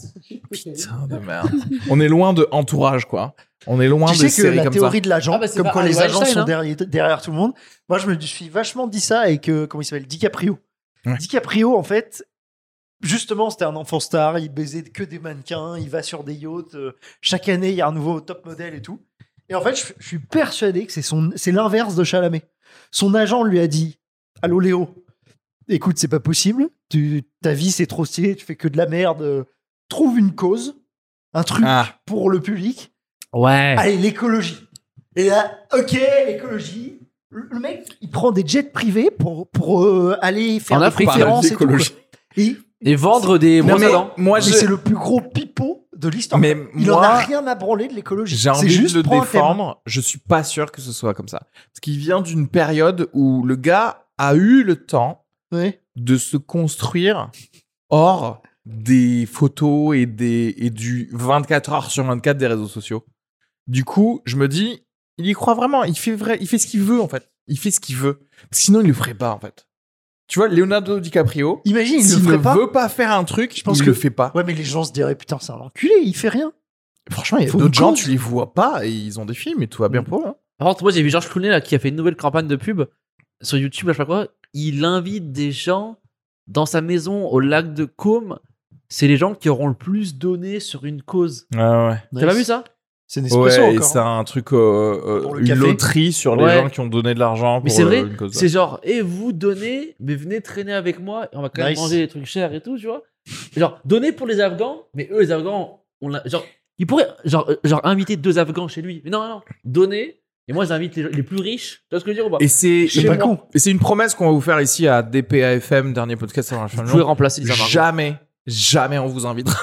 Putain de merde. On est loin de entourage, quoi. On est loin Tu de sais que séries la comme théorie ça. de l'agent, Ah bah, c'est comme pas quoi les Harvey agents Weinstein, sont hein. derrière tout le monde. Moi, je me suis vachement dit ça avec, comment il s'appelle, DiCaprio. Ouais. DiCaprio, en fait, justement, c'était un enfant star. Il baisait que des mannequins. Il va sur des yachts. Chaque année, il y a un nouveau top modèle et tout. Et en fait, je suis persuadé que c'est l'inverse de Chalamet. Son agent lui a dit, allô Léo, écoute, c'est pas possible. Ta vie, c'est trop stylé. Tu fais que de la merde. Trouve une cause, un truc Ah. pour le public. Ouais. Allez, l'écologie. Et là, ok, l'écologie. Le mec, il prend des jets privés pour aller faire En des Afrique, conférences et tout. l'écologie. Et Et vendre des Non, brosses mais à dents. moi, mais c'est le plus gros pipeau de l'histoire. Mais Il en a moi, rien à branler de l'écologie. j'ai C'est envie juste de le prends un thème. défendre. Je suis pas sûr que ce soit comme ça. Parce qu'il vient d'une période où le gars a eu le temps Ouais. de se construire hors des photos et du 24 heures sur 24 des réseaux sociaux. Du coup, je me dis, il y croit vraiment. Il fait ce qu'il veut, en fait. Il fait ce qu'il veut. Sinon, il le ferait pas, en fait. Tu vois, Leonardo DiCaprio, Imagine, il le s'il ne ferait pas. veut pas faire un truc, Je pense il que- le fait pas. Ouais, mais les gens se diraient, putain, c'est un enculé, il fait rien. Franchement, il y a Faut d'autres une gens, cause. tu les vois pas et ils ont des films et tout va bien pour eux. Hein. Par contre, moi, j'ai vu Georges Clooney là, qui a fait une nouvelle campagne de pub sur YouTube, là, je sais pas quoi. Il invite des gens dans sa maison au lac de Caume. C'est les gens qui auront le plus donné sur une cause. Ouais. T'as pas vu ça? C'est une espresso Ouais, et encore. c'est un truc, le une café. loterie sur les Ouais. gens qui ont donné de l'argent pour Mais c'est vrai, une cause. c'est genre, et vous donnez, mais venez traîner avec moi, et on va quand même Nice. manger des trucs chers et tout, tu vois. Genre, donnez pour les Afghans, mais eux, les Afghans, genre, ils pourraient, genre, inviter 2 Afghans chez lui. Mais non, donnez, et moi, j'invite les plus riches. Tu vois ce que je veux dire ou pas? Et c'est C'est pas con. et c'est une promesse qu'on va vous faire ici à DPAFM, dernier podcast avant la fin Vous du pouvez monde. remplacer les Afghans. Jamais on vous invitera.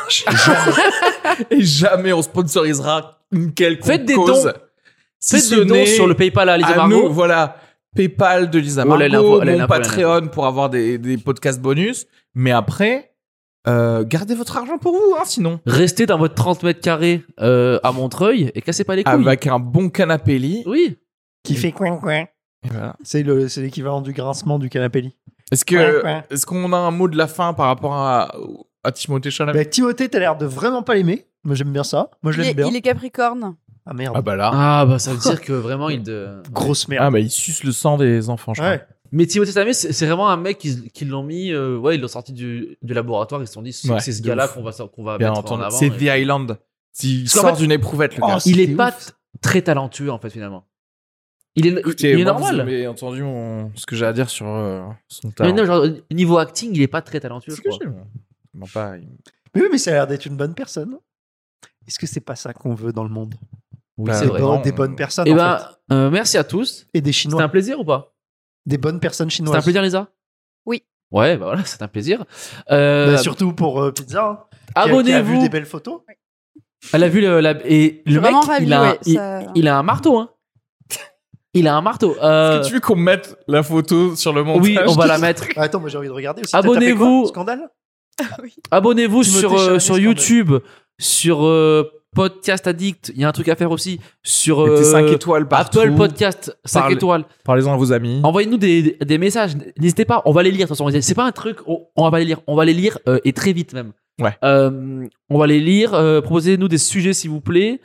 Et jamais on sponsorisera une quelconque Faites des cause. dons. Si Faites ce des dons n'est sur le PayPal à Lisa à Margot. nous, voilà. PayPal de Lisa Oh, là, Margot, l'info, là, mon l'info, là, Patreon pour avoir des podcasts bonus. Mais après, gardez votre argent pour vous, hein, sinon. Restez dans votre 30 mètres carrés à Montreuil et cassez pas les couilles. Avec un bon canapé lit. Oui. Qui fait coin coin. Et voilà. C'est l'équivalent du grincement du canapé lit. Est-ce qu'on a un mot de la fin par rapport à Timothée Chalamet? Bah, Timothée, t'as l'air de vraiment pas l'aimer. Moi, j'aime bien ça. Moi, je l'aime bien. Il est Capricorne. Ah merde. Ah bah là. Ah, bah, ça veut dire que vraiment, il de. Grosse merde. Ah bah il suce le sang des enfants, je crois. ouais. Mais Timothée Chalamet, c'est vraiment un mec qui l'ont mis, ouais, ils l'ont sorti du laboratoire, ils se sont dit, c'est Ouais, c'est ce de gars-là ouf. qu'on va Bien mettre en entendu. avant. C'est et- The Island. Il Parce qu'en sort fait- d'une éprouvette, le gars. Oh, Il c'était est pas ouf. très talentueux, en fait, finalement. Il est Écoutez, il est moi, normal. Vous avez entendu ce que j'ai à dire sur son Mais talent. non, genre, niveau acting, il est pas très talentueux, C'est je ce que crois. j'ai, moi. Non, pas... Mais oui, mais ça a l'air d'être une bonne personne. Est-ce que c'est pas ça qu'on veut dans le monde? Oui, Bah, c'est Des vrai. bon, des bonnes personnes, Et en ben, fait. merci à tous. Et des C'était Chinois. un plaisir ou pas? Des bonnes personnes C'était chinoises. un plaisir, Lisa? Oui. Ouais, bah voilà, c'est un plaisir. Bah, surtout pour Pizza. Hein, qui a vu Abonnez-vous. des belles photos. Elle a vu et Je suis le mec, vraiment ravie, il a, ouais, il, ça- il a un marteau, hein. Il a un marteau. Est-ce que tu veux qu'on mette la photo sur le montage? Oui, on va la mettre. Ah, attends, moi j'ai envie de regarder aussi. Abonnez-vous. T'as tapé quoi Scandale. Abonnez-vous Timothée sur, Chalamet, sur scandale. YouTube, sur Podcast Addict. Il y a un truc à faire aussi. Sur Mettez 5 étoiles partout. Apple Podcast, 5 Parlez- étoiles. Parlez-en à vos amis. Envoyez-nous des messages. N'hésitez pas, on va les lire. De toute façon, c'est pas un truc, on va pas les lire. On va les lire et très vite même. Ouais. On va les lire. Proposez-nous des sujets, s'il vous plaît.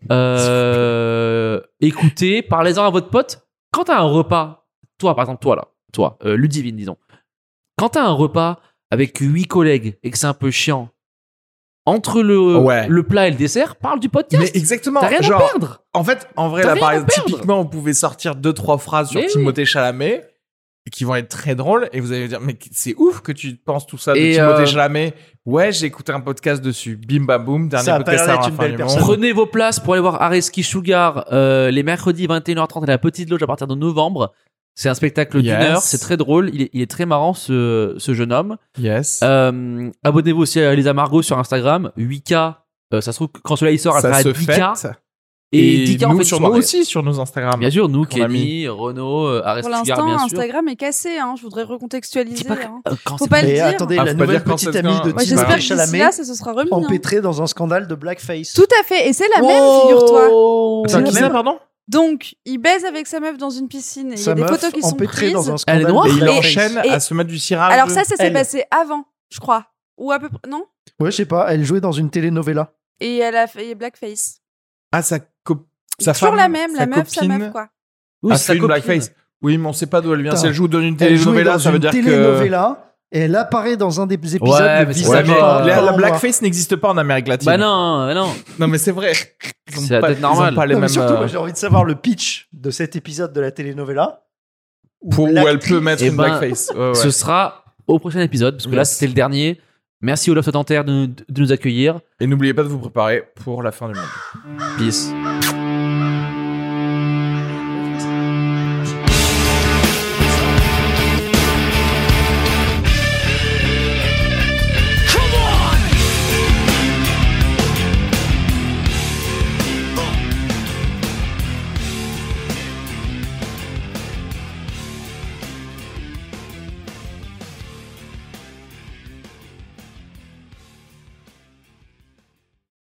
Écoutez, parlez-en à votre pote. Quand t'as un repas, toi, par exemple, toi, Ludivine, disons. Quand t'as un repas avec 8 collègues et que c'est un peu chiant, entre Ouais. le plat et le dessert, parle du podcast. Mais exactement. T'as rien genre, à perdre. En fait, en vrai, T'as là, rien par à exemple, perdre. typiquement, on pouvait sortir 2-3 phrases sur Mais oui. Timothée Chalamet et qui vont être très drôles et vous allez dire, mais c'est ouf que tu penses tout ça de Et, Timothée Chalamet. Ouais, j'ai écouté un podcast dessus. Bim bam boum, dernier Ça a pas podcast l'air avant d'être la une fin belle du personne. monde. Prenez vos places pour aller voir Areski Sugar les mercredis 21h30 à la Petite Loge à partir de novembre. C'est un spectacle d'une Yes. heure, c'est très drôle, il est très marrant ce jeune homme. Yes. Abonnez-vous aussi à Lisa Margot sur Instagram, 8K, ça se trouve que quand celui-là il sort, elle Ça sera à se 10K. fait. Et 10K on nous, fait sur une nous soirée. aussi, sur nos Instagram. Bien sûr, nous, qu'on a Kenny, Renaud, Areski Pour Sugar, l'instant, bien sûr. Instagram est cassé. Hein. Je voudrais recontextualiser. C'est pas hein. quand Faut c'est pas le Et dire. attendez, Ah, la faut pas nouvelle dire quand petite c'est amie quand- de Moi, j'espère Timothée que d'ici Chalamet là, ça se sera remis. hein. empêtrée dans un scandale de blackface. Tout à fait. Et c'est la même, figure-toi. Oh. Attends, C'est qui la ça, même. pardon? Donc, il baise avec sa meuf dans une piscine. Et il y Sa a des meuf photos qui sont empêtrée prises. dans un Elle scandale est noire de Et il blackface. enchaîne Et- à se mettre du cirage. Alors ça s'est Elle. passé avant, je crois. Ou à peu près... Non. Ouais, je sais pas, elle jouait dans une telenovela. Et elle a fait blackface. Ah, sa Toujours femme, la même, sa la meuf, sa copine meuf, quoi. Oui, a c'est sa fait une copine. blackface. Oui, mais on sait pas d'où elle vient. Putain. Si elle joue dans une Elle jouait telenovela, dans ça veut une dire que... telenovela et elle apparaît dans un des épisodes Ouais, de mais c'est Visage Ouais, mais pas- la Noir. blackface n'existe pas en Amérique latine. Bah non, non. Non, mais c'est vrai. Ils ont C'est la pas- tête ils ont normale. pas les Non, mais mêmes, surtout, moi, j'ai envie de savoir le pitch de cet épisode de la telenovela. où elle l'actrice- peut mettre Eh une ben, blackface. Ouais, ouais. Ce sera au prochain épisode, parce que là, Yes. c'était le dernier. Merci au Loft Dentaire de nous accueillir. Et n'oubliez pas de vous préparer pour la fin du monde. Peace.